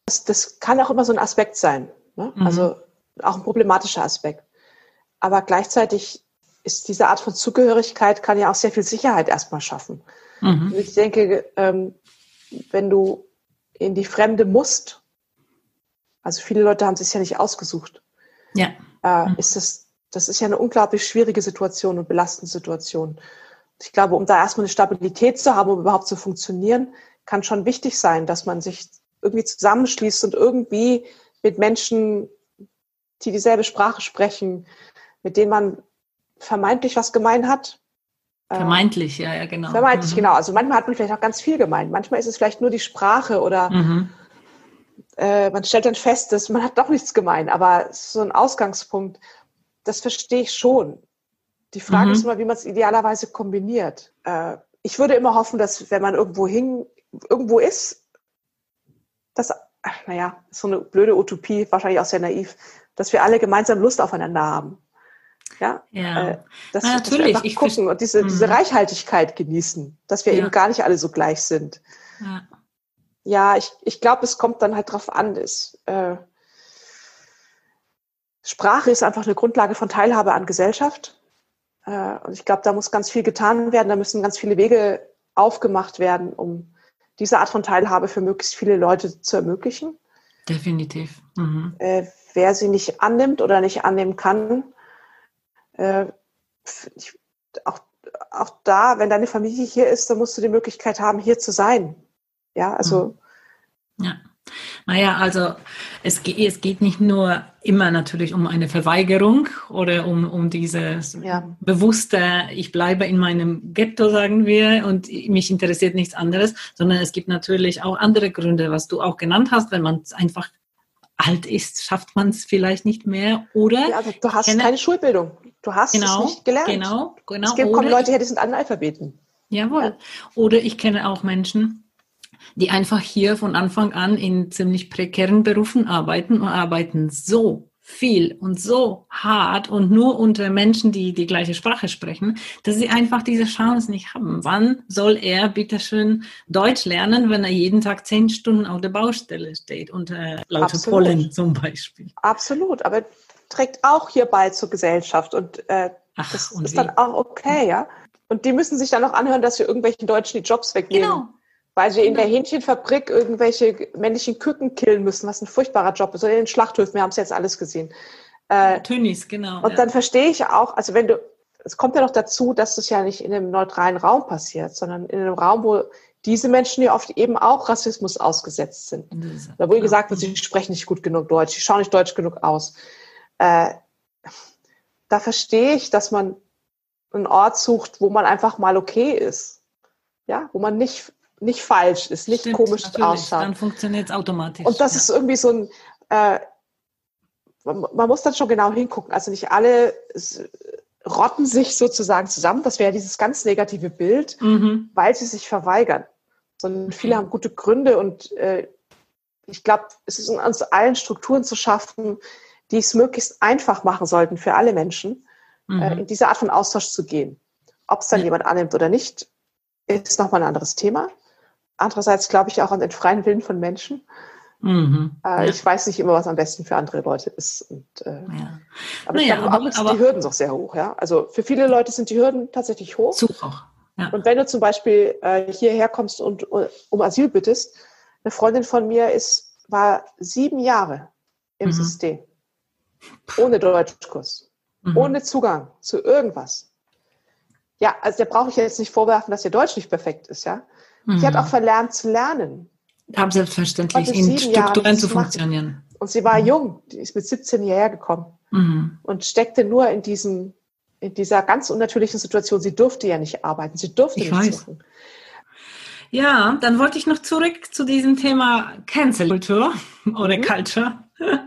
das, das kann auch immer so ein Aspekt sein, ne? Mhm. Also auch ein problematischer Aspekt. Aber gleichzeitig ist diese Art von Zugehörigkeit kann ja auch sehr viel Sicherheit erstmal schaffen. Mhm. Ich denke, ähm, wenn du in die Fremde musst, also viele Leute haben es sich ja nicht ausgesucht, ja. äh, mhm. ist das, das ist ja eine unglaublich schwierige Situation und belastende Situation. Ich glaube, um da erstmal eine Stabilität zu haben, um überhaupt zu funktionieren, kann schon wichtig sein, dass man sich irgendwie zusammenschließt und irgendwie mit Menschen, die dieselbe Sprache sprechen, mit denen man vermeintlich was gemein hat. Vermeintlich, äh, ja, ja, genau. Vermeintlich, mhm. genau. Also manchmal hat man vielleicht auch ganz viel gemein. Manchmal ist es vielleicht nur die Sprache oder mhm. äh, man stellt dann fest, dass man hat doch nichts gemein. Aber so ein Ausgangspunkt, das verstehe ich schon. Die Frage mhm. ist immer, wie man es idealerweise kombiniert. Äh, ich würde immer hoffen, dass wenn man irgendwo hin, irgendwo ist, dass, ach, naja, so eine blöde Utopie, wahrscheinlich auch sehr naiv, dass wir alle gemeinsam Lust aufeinander haben. Ja, ja. Äh, dass, Na, dass wir einfach ich gucken und diese, mhm. diese Reichhaltigkeit genießen, dass wir ja. eben gar nicht alle so gleich sind. Ja, ja ich, ich glaube, es kommt dann halt drauf an. Ist, äh, Sprache ist einfach eine Grundlage von Teilhabe an Gesellschaft. Und ich glaube, da muss ganz viel getan werden, da müssen ganz viele Wege aufgemacht werden, um diese Art von Teilhabe für möglichst viele Leute zu ermöglichen. Definitiv. Mhm. Äh, wer sie nicht annimmt oder nicht annehmen kann, äh, ich, auch, auch da, wenn deine Familie hier ist, dann musst du die Möglichkeit haben, hier zu sein. Ja, also. Mhm. Ja. Naja, also es geht, es geht nicht nur immer natürlich um eine Verweigerung oder um, um dieses ja. bewusste, ich bleibe in meinem Ghetto, sagen wir, und mich interessiert nichts anderes, sondern es gibt natürlich auch andere Gründe, was du auch genannt hast, wenn man einfach alt ist, schafft man es vielleicht nicht mehr, oder? Ja, also du hast kenne, keine Schulbildung, du hast genau, es nicht gelernt. Genau, genau. Es gibt, kommen Leute her, die sind Analphabeten. Jawohl. Ja. Oder ich kenne auch Menschen, die einfach hier von Anfang an in ziemlich prekären Berufen arbeiten und arbeiten so viel und so hart und nur unter Menschen, die die gleiche Sprache sprechen, dass sie einfach diese Chance nicht haben. Wann soll er bitteschön Deutsch lernen, wenn er jeden Tag zehn Stunden auf der Baustelle steht, unter lauter Pollen zum Beispiel? Absolut, aber trägt auch hierbei zur Gesellschaft und äh, Ach, das und ist wie? Dann auch okay, ja. Und die müssen sich dann auch anhören, dass wir irgendwelchen Deutschen die Jobs wegnehmen. Genau. Weil wir in der Hähnchenfabrik irgendwelche männlichen Küken killen müssen, was ein furchtbarer Job ist. Oder in den Schlachthöfen, wir haben es jetzt alles gesehen. Äh, Tönnies, genau. Und ja. dann verstehe ich auch, also wenn du, es kommt ja noch dazu, dass das ja nicht in einem neutralen Raum passiert, sondern in einem Raum, wo diese Menschen ja oft eben auch Rassismus ausgesetzt sind. Da wo ja. gesagt wird, sie sprechen nicht gut genug Deutsch, sie schauen nicht deutsch genug aus. Äh, da verstehe ich, dass man einen Ort sucht, wo man einfach mal okay ist. Ja, wo man nicht nicht falsch ist, nicht Stimmt, komisch ausschaut. Dann funktioniert es automatisch. Und das ja. ist irgendwie so ein, äh, man, man muss dann schon genau hingucken. Also nicht alle rotten sich sozusagen zusammen, das wäre dieses ganz negative Bild, mhm. weil sie sich verweigern. Sondern viele haben gute Gründe und äh, ich glaube, es ist in uns allen Strukturen zu schaffen, die es möglichst einfach machen sollten für alle Menschen, mhm. äh, in diese Art von Austausch zu gehen. Ob es dann ja. jemand annimmt oder nicht, ist nochmal ein anderes Thema. Andererseits glaube ich auch an den freien Willen von Menschen. Mhm, äh, ja. Ich weiß nicht immer, was am besten für andere Leute ist. Und, äh, ja. Aber naja, ich glaube, aber, sind aber, die Hürden doch sehr hoch. Ja? Also für viele Leute sind die Hürden tatsächlich hoch. Zu hoch. Ja. Und wenn du zum Beispiel äh, hierher kommst und uh, um Asyl bittest, eine Freundin von mir ist, war sieben Jahre im mhm. System. Ohne Deutschkurs. Mhm. Ohne Zugang zu irgendwas. Ja, also der brauche ich jetzt nicht vorwerfen, dass ihr Deutsch nicht perfekt ist, ja. Mhm. Sie hat auch verlernt zu lernen. Haben selbstverständlich in Strukturen zu funktionieren. Und sie war mhm. jung, die ist mit siebzehn hierher gekommen mhm. und steckte nur in diesem, in dieser ganz unnatürlichen Situation. Sie durfte ja nicht arbeiten, sie durfte ich nichts weiß. machen. Ja, dann wollte ich noch zurück zu diesem Thema Cancel-Kultur oder mhm. Culture,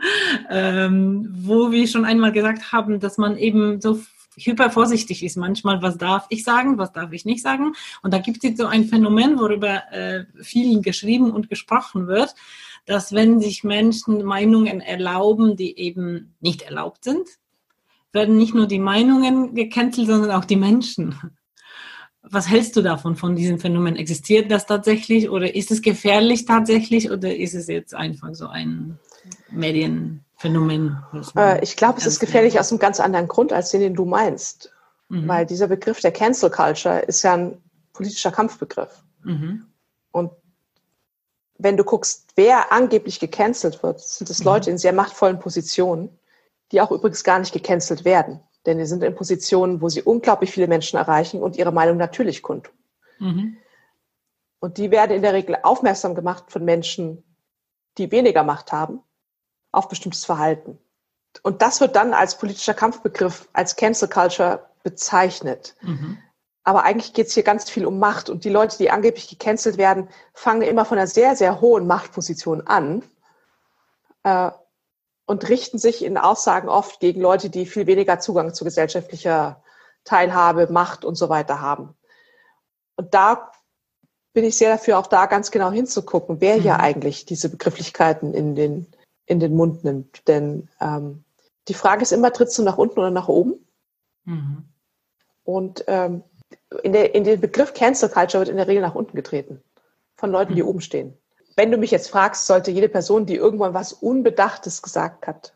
ähm, wo wir schon einmal gesagt haben, dass man eben so hyper vorsichtig ist manchmal, was darf ich sagen, was darf ich nicht sagen. Und da gibt es so ein Phänomen, worüber äh, viel geschrieben und gesprochen wird, dass wenn sich Menschen Meinungen erlauben, die eben nicht erlaubt sind, werden nicht nur die Meinungen gecancelt, sondern auch die Menschen. Was hältst du davon, von diesem Phänomen? Existiert das tatsächlich oder ist es gefährlich tatsächlich oder ist es jetzt einfach so ein Medienphänomen? Äh, ich glaube, es ist gefährlich aus einem ganz anderen Grund, als den, den du meinst. Mhm. Weil dieser Begriff der Cancel Culture ist ja ein politischer Kampfbegriff. Mhm. Und wenn du guckst, wer angeblich gecancelt wird, sind es mhm. Leute in sehr machtvollen Positionen, die auch übrigens gar nicht gecancelt werden. Denn die sind in Positionen, wo sie unglaublich viele Menschen erreichen und ihre Meinung natürlich kundtun. Mhm. Und die werden in der Regel aufmerksam gemacht von Menschen, die weniger Macht haben, auf bestimmtes Verhalten. Und das wird dann als politischer Kampfbegriff, als Cancel Culture bezeichnet. Mhm. Aber eigentlich geht es hier ganz viel um Macht. Und die Leute, die angeblich gecancelt werden, fangen immer von einer sehr, sehr hohen Machtposition an. Äh, und richten sich in Aussagen oft gegen Leute, die viel weniger Zugang zu gesellschaftlicher Teilhabe, Macht und so weiter haben. Und da bin ich sehr dafür, auch da ganz genau hinzugucken, wer mhm. hier eigentlich diese Begrifflichkeiten in den, in den Mund nimmt. Denn ähm, die Frage ist immer, trittst du nach unten oder nach oben? Mhm. Und ähm, in, der, in den Begriff Cancel Culture wird in der Regel nach unten getreten. Von Leuten, die mhm. oben stehen. Wenn du mich jetzt fragst, sollte jede Person, die irgendwann was Unbedachtes gesagt hat,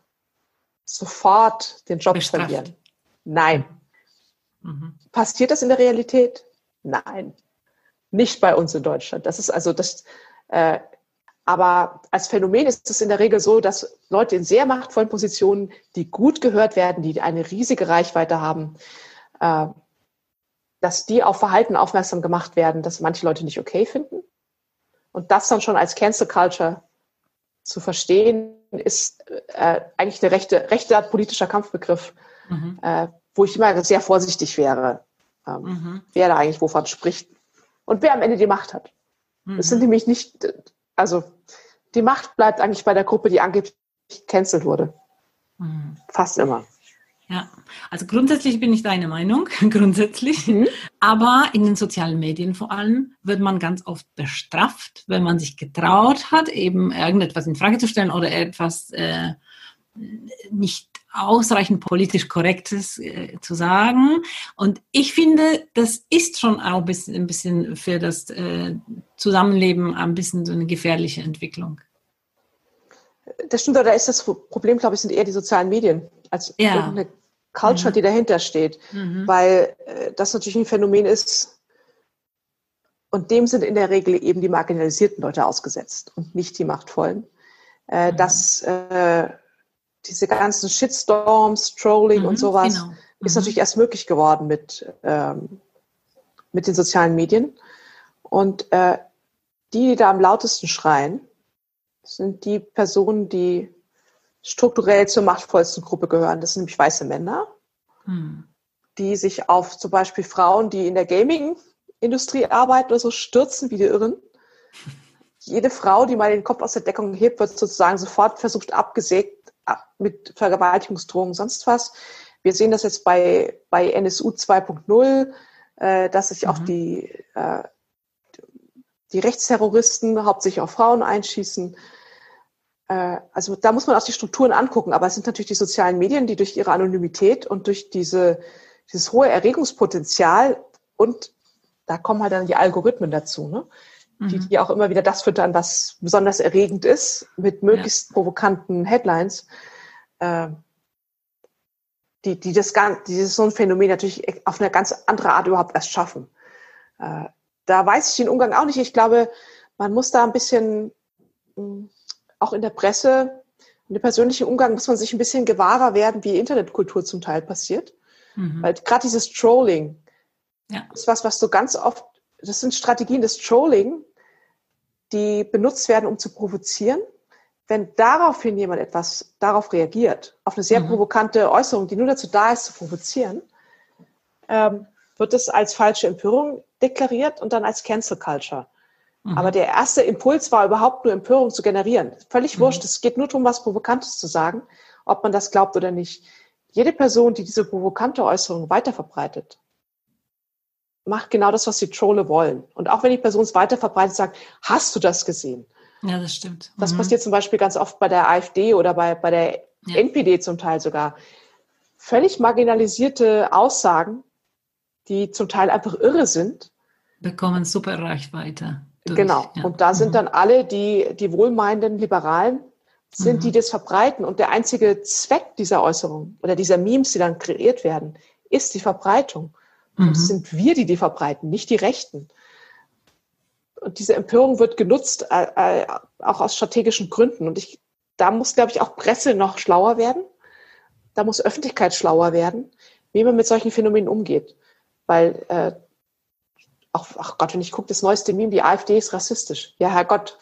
sofort den Job bestraft. Verlieren? Nein. Mhm. Passiert das in der Realität? Nein. Nicht bei uns in Deutschland. Das ist also das, äh, aber als Phänomen ist es in der Regel so, dass Leute in sehr machtvollen Positionen, die gut gehört werden, die eine riesige Reichweite haben, äh, dass die auf Verhalten aufmerksam gemacht werden, das manche Leute nicht okay finden. Und das dann schon als Cancel Culture zu verstehen, ist äh, eigentlich eine rechte, rechter politischer Kampfbegriff, mhm. äh, wo ich immer sehr vorsichtig wäre, ähm, mhm. wer da eigentlich wovon spricht und wer am Ende die Macht hat. Mhm. Es sind nämlich nicht, also die Macht bleibt eigentlich bei der Gruppe, die angeblich gecancelt wurde. Mhm. Fast immer. Ja, also grundsätzlich bin ich deiner Meinung, grundsätzlich. Mhm. Aber in den sozialen Medien vor allem wird man ganz oft bestraft, wenn man sich getraut hat, eben irgendetwas in Frage zu stellen oder etwas äh, nicht ausreichend politisch Korrektes äh, zu sagen. Und ich finde, das ist schon auch ein bisschen, ein bisschen für das äh, Zusammenleben ein bisschen so eine gefährliche Entwicklung. Das stimmt, da ist das Problem, glaube ich, sind eher die sozialen Medien als ja. irgendeine Culture, mhm. die dahinter steht. Mhm. Weil äh, das natürlich ein Phänomen ist und dem sind in der Regel eben die marginalisierten Leute ausgesetzt und nicht die Machtvollen. Äh, mhm. Dass äh, diese ganzen Shitstorms, Trolling mhm, und sowas genau. ist mhm. natürlich erst möglich geworden mit, ähm, mit den sozialen Medien. Und äh, die, die da am lautesten schreien, sind die Personen, die strukturell zur machtvollsten Gruppe gehören. Das sind nämlich weiße Männer, hm. die sich auf zum Beispiel Frauen, die in der Gaming-Industrie arbeiten oder so, stürzen wie die Irren. Jede Frau, die mal den Kopf aus der Deckung hebt, wird sozusagen sofort versucht abgesägt mit Vergewaltigungsdrohungen, sonst was. Wir sehen das jetzt bei, bei N S U zwei Punkt null, äh, dass sich mhm. auch die, äh, die Rechtsterroristen hauptsächlich auf Frauen einschießen. Also da muss man auch die Strukturen angucken, aber es sind natürlich die sozialen Medien, die durch ihre Anonymität und durch diese, dieses hohe Erregungspotenzial und da kommen halt dann die Algorithmen dazu, ne? Mhm. die, die auch immer wieder das füttern, was besonders erregend ist, mit möglichst ja. provokanten Headlines, äh, die, die das ganz, dieses so ein Phänomen natürlich auf eine ganz andere Art überhaupt erst schaffen. Äh, da weiß ich den Umgang auch nicht. Ich glaube, man muss da ein bisschen mh, auch in der Presse, in dem persönlichen Umgang muss man sich ein bisschen gewahrer werden, wie Internetkultur zum Teil passiert. Mhm. Weil gerade dieses Trolling ja. ist was, was so ganz oft, das sind Strategien des Trolling, die benutzt werden, um zu provozieren. Wenn daraufhin jemand etwas darauf reagiert, auf eine sehr mhm. provokante Äußerung, die nur dazu da ist, zu provozieren, ähm, wird es als falsche Empörung deklariert und dann als Cancel Culture. Aber der erste Impuls war überhaupt nur Empörung zu generieren. Völlig mhm. wurscht. Es geht nur darum, was Provokantes zu sagen, ob man das glaubt oder nicht. Jede Person, die diese provokante Äußerung weiterverbreitet, macht genau das, was die Trolle wollen. Und auch wenn die Person es weiterverbreitet, sagt, hast du das gesehen? Ja, das stimmt. Das mhm. passiert zum Beispiel ganz oft bei der AfD oder bei, bei der ja. N P D zum Teil sogar. Völlig marginalisierte Aussagen die zum Teil einfach irre sind. Bekommen super Reichweite. Durch, genau. Ja. Und da sind mhm. dann alle die, die wohlmeinenden Liberalen, sind, mhm. die das verbreiten. Und der einzige Zweck dieser Äußerung oder dieser Memes, die dann kreiert werden, ist die Verbreitung. Mhm. Und es sind wir, die die verbreiten, nicht die Rechten. Und diese Empörung wird genutzt, äh, äh, auch aus strategischen Gründen. Und ich, da muss, glaube ich, auch Presse noch schlauer werden. Da muss Öffentlichkeit schlauer werden, wie man mit solchen Phänomenen umgeht. Weil, äh, auch, ach Gott, wenn ich gucke, das neueste Meme, die AfD ist rassistisch. Ja, Herrgott.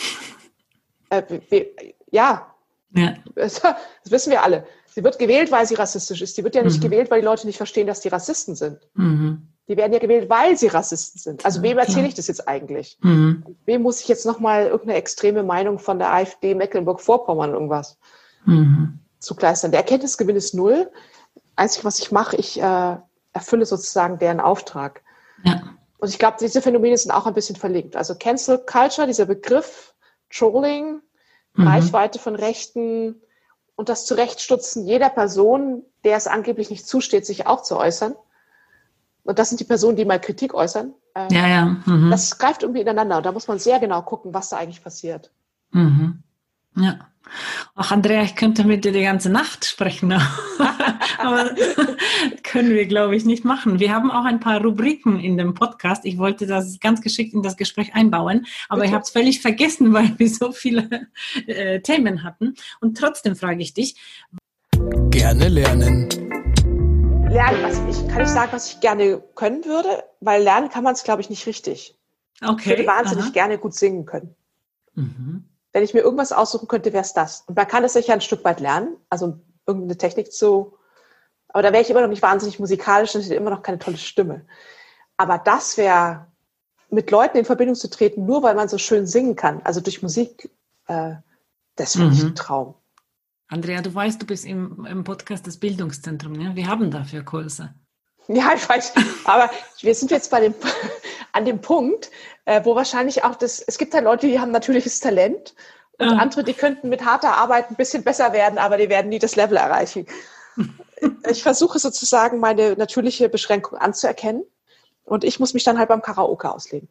äh, wir, ja, ja. Das, das wissen wir alle. Sie wird gewählt, weil sie rassistisch ist. Sie wird ja nicht mhm. gewählt, weil die Leute nicht verstehen, dass die Rassisten sind. Mhm. Die werden ja gewählt, weil sie Rassisten sind. Also wem erzähle ich das jetzt eigentlich? Mhm. Wem muss ich jetzt nochmal irgendeine extreme Meinung von der AfD Mecklenburg-Vorpommern irgendwas mhm. zukleistern? Der Erkenntnisgewinn ist null. Einzig, was ich mache, ich äh, erfülle sozusagen deren Auftrag. Ja. Und ich glaube, diese Phänomene sind auch ein bisschen verlinkt. Also Cancel Culture, dieser Begriff, Trolling, mhm. Reichweite von Rechten und das Zurechtstutzen jeder Person, der es angeblich nicht zusteht, sich auch zu äußern. Und das sind die Personen, die mal Kritik äußern. Äh, ja, ja. Mhm. Das greift irgendwie ineinander. Und da muss man sehr genau gucken, was da eigentlich passiert. Mhm. Ja. Ach, Andrea, ich könnte mit dir die ganze Nacht sprechen. Aber können wir, glaube ich, nicht machen. Wir haben auch ein paar Rubriken in dem Podcast. Ich wollte das ganz geschickt in das Gespräch einbauen, aber ich habe es völlig vergessen, weil wir so viele äh, Themen hatten. Und trotzdem frage ich dich. Gerne lernen. Lernen, also ich kann nicht sagen, was ich gerne können würde, weil lernen kann man es, glaube ich, nicht richtig. Okay. Ich würde wahnsinnig aha. gerne gut singen können. Mhm. Wenn ich mir irgendwas aussuchen könnte, wäre es das. Und man kann es sicher ein Stück weit lernen, also irgendeine Technik zu, aber da wäre ich immer noch nicht wahnsinnig musikalisch und hätte immer noch keine tolle Stimme. Aber das wäre, mit Leuten in Verbindung zu treten, nur weil man so schön singen kann, also durch Musik, äh, das finde mhm. ich ein Traum. Andrea, du weißt, du bist im, im Podcast des Bildungszentrums, ne? Wir haben dafür Kurse. Ja, ich weiß, aber wir sind jetzt bei dem, an dem Punkt, äh, wo wahrscheinlich auch das, es gibt halt Leute, die haben natürliches Talent und ah. andere, die könnten mit harter Arbeit ein bisschen besser werden, aber die werden nie das Level erreichen. Ich versuche sozusagen meine natürliche Beschränkung anzuerkennen und ich muss mich dann halt beim Karaoke ausleben.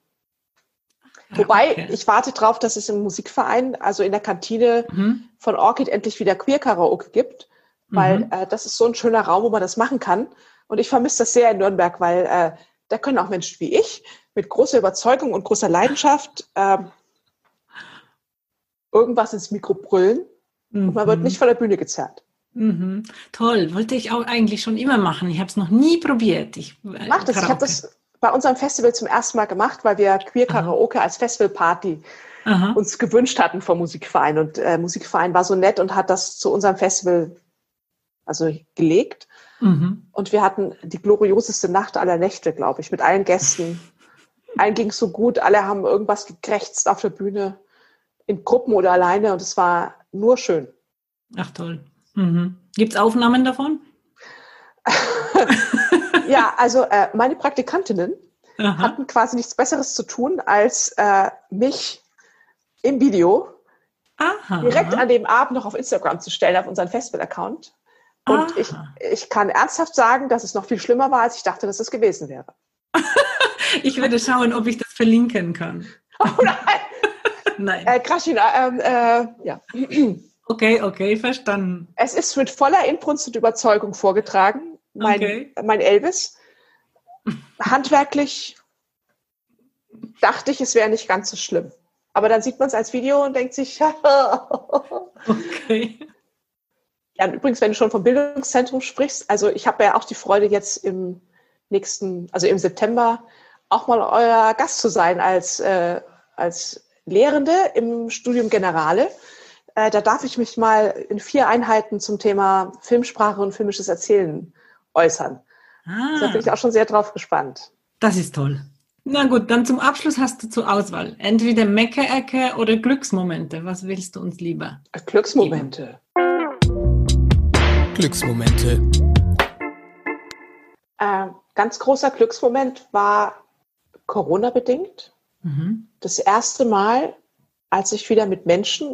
Wobei, okay. ich warte drauf, dass es im Musikverein, also in der Kantine mhm. von Orchid endlich wieder Queer-Karaoke gibt, weil mhm. äh, das ist so ein schöner Raum, wo man das machen kann. Und ich vermisse das sehr in Nürnberg, weil äh, da können auch Menschen wie ich mit großer Überzeugung und großer Leidenschaft äh, irgendwas ins Mikro brüllen mhm. und man wird nicht von der Bühne gezerrt. Mhm. Toll, wollte ich auch eigentlich schon immer machen. Ich habe es noch nie probiert. Ich äh, mach das. Karaoke. Ich habe das bei unserem Festival zum ersten Mal gemacht, weil wir Queer Karaoke als Festivalparty Aha. uns gewünscht hatten vom Musikverein. Und äh, Musikverein war so nett und hat das zu unserem Festival also gelegt. Mhm. Und wir hatten die glorioseste Nacht aller Nächte, glaube ich, mit allen Gästen. Allen ging es so gut, alle haben irgendwas gekrächzt auf der Bühne, in Gruppen oder alleine. Und es war nur schön. Ach toll. Mhm. Gibt es Aufnahmen davon? Ja, also äh, meine Praktikantinnen Aha. hatten quasi nichts Besseres zu tun, als äh, mich im Video Aha. direkt an dem Abend noch auf Instagram zu stellen, auf unseren Festival-Account. Und ich, ich kann ernsthaft sagen, dass es noch viel schlimmer war, als ich dachte, dass es gewesen wäre. Ich werde schauen, ob ich das verlinken kann. Oh nein! Nein. Äh, Kraschina, ähm, äh, ja. Okay, okay, verstanden. Es ist mit voller Inbrunst und Überzeugung vorgetragen. Mein, okay. mein Elvis. Handwerklich dachte ich, es wäre nicht ganz so schlimm. Aber dann sieht man es als Video und denkt sich, okay. Ja, und übrigens, wenn du schon vom Bildungszentrum sprichst, also ich habe ja auch die Freude, jetzt im nächsten, also im September, auch mal euer Gast zu sein als, äh, als Lehrende im Studium Generale. Äh, da darf ich mich mal in vier Einheiten zum Thema Filmsprache und filmisches Erzählen äußern. Ah. Da bin ich auch schon sehr drauf gespannt. Das ist toll. Na gut, dann zum Abschluss hast du zur Auswahl entweder Meckerecke oder Glücksmomente. Was willst du uns lieber? Glücksmomente. Glücksmomente. Äh, ganz großer Glücksmoment war Corona-bedingt. Mhm. Das erste Mal, als ich wieder mit Menschen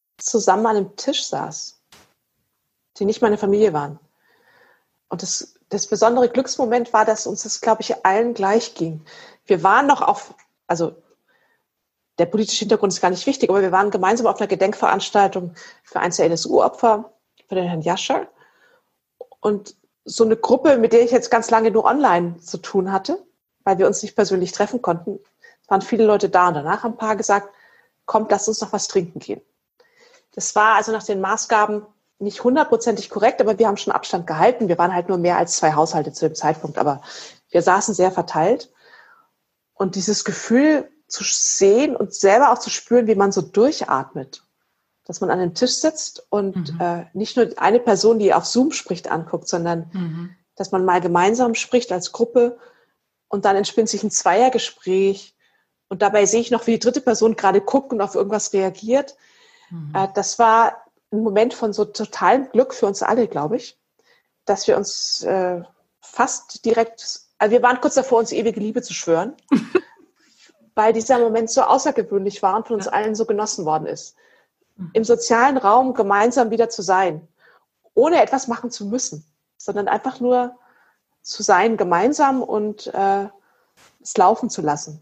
zusammen an einem Tisch saß, die nicht meine Familie waren. Und das, das besondere Glücksmoment war, dass uns das, glaube ich, allen gleich ging. Wir waren noch auf, also der politische Hintergrund ist gar nicht wichtig, aber wir waren gemeinsam auf einer Gedenkveranstaltung für eins der N S U-Opfer, für den Herrn Yashar. Und so eine Gruppe, mit der ich jetzt ganz lange nur online zu tun hatte, weil wir uns nicht persönlich treffen konnten, es waren viele Leute da und danach haben ein paar gesagt, kommt, lasst uns noch was trinken gehen. Das war also nach den Maßgaben nicht hundertprozentig korrekt, aber wir haben schon Abstand gehalten. Wir waren halt nur mehr als zwei Haushalte zu dem Zeitpunkt, aber wir saßen sehr verteilt. Und dieses Gefühl zu sehen und selber auch zu spüren, wie man so durchatmet, dass man an einem Tisch sitzt und mhm. äh, nicht nur eine Person, die auf Zoom spricht, anguckt, sondern mhm. dass man mal gemeinsam spricht als Gruppe und dann entspinnt sich ein Zweiergespräch und dabei sehe ich noch, wie die dritte Person gerade guckt und auf irgendwas reagiert. Mhm. Äh, das war ein Moment von so totalem Glück für uns alle, glaube ich, dass wir uns äh, fast direkt, also wir waren kurz davor, uns ewige Liebe zu schwören, weil dieser Moment so außergewöhnlich war und von uns allen so genossen worden ist. Im sozialen Raum gemeinsam wieder zu sein, ohne etwas machen zu müssen, sondern einfach nur zu sein, gemeinsam und äh, es laufen zu lassen.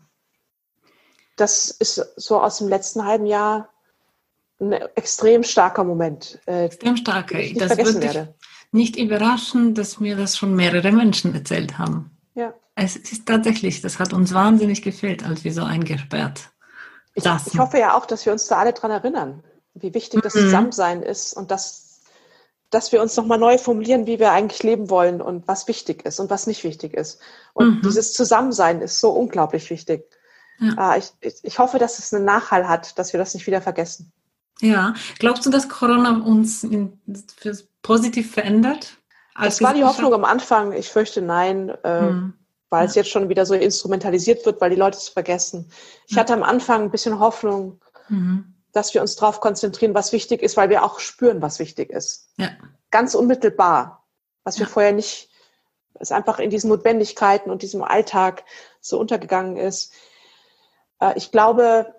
Das ist so aus dem letzten halben Jahr ein extrem starker Moment. Äh, extrem starker. Den ich nicht das vergessen würde werde. Nicht überraschen, dass mir das schon mehrere Menschen erzählt haben. Ja. Es ist tatsächlich, das hat uns wahnsinnig gefehlt, als wir so eingesperrt ich, saßen. Ich hoffe ja auch, dass wir uns da alle dran erinnern, wie wichtig das Zusammensein ist und dass, dass wir uns nochmal neu formulieren, wie wir eigentlich leben wollen und was wichtig ist und was nicht wichtig ist. Und mhm. dieses Zusammensein ist so unglaublich wichtig. Ja. Ich, ich hoffe, dass es einen Nachhall hat, dass wir das nicht wieder vergessen. Ja, glaubst du, dass Corona uns in, für positiv verändert? Das war die Hoffnung am Anfang. Ich fürchte nein, äh, mhm. weil ja. es jetzt schon wieder so instrumentalisiert wird, weil die Leute es vergessen. Ich ja. hatte am Anfang ein bisschen Hoffnung, mhm. dass wir uns darauf konzentrieren, was wichtig ist, weil wir auch spüren, was wichtig ist. Ja. Ganz unmittelbar, was wir ja. vorher nicht, es einfach in diesen Notwendigkeiten und diesem Alltag so untergegangen ist. Äh, ich glaube,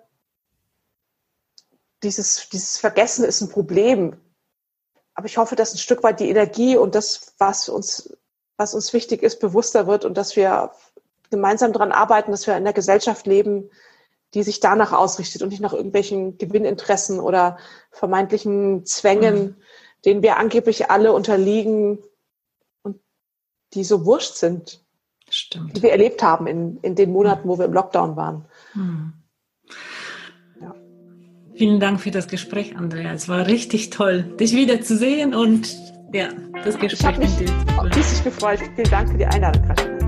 dieses, dieses Vergessen ist ein Problem. Aber ich hoffe, dass ein Stück weit die Energie und das, was uns, was uns wichtig ist, bewusster wird und dass wir gemeinsam daran arbeiten, dass wir in einer Gesellschaft leben, die sich danach ausrichtet und nicht nach irgendwelchen Gewinninteressen oder vermeintlichen Zwängen, mhm. denen wir angeblich alle unterliegen und die so wurscht sind, Stimmt. die wir erlebt haben in, in den Monaten, wo wir im Lockdown waren. Mhm. Ja. Vielen Dank für das Gespräch, Andrea. Es war richtig toll, dich wiederzusehen und ja, das Gespräch. Ich habe mich riesig gefreut. Vielen Dank für die Einladung, Kasia.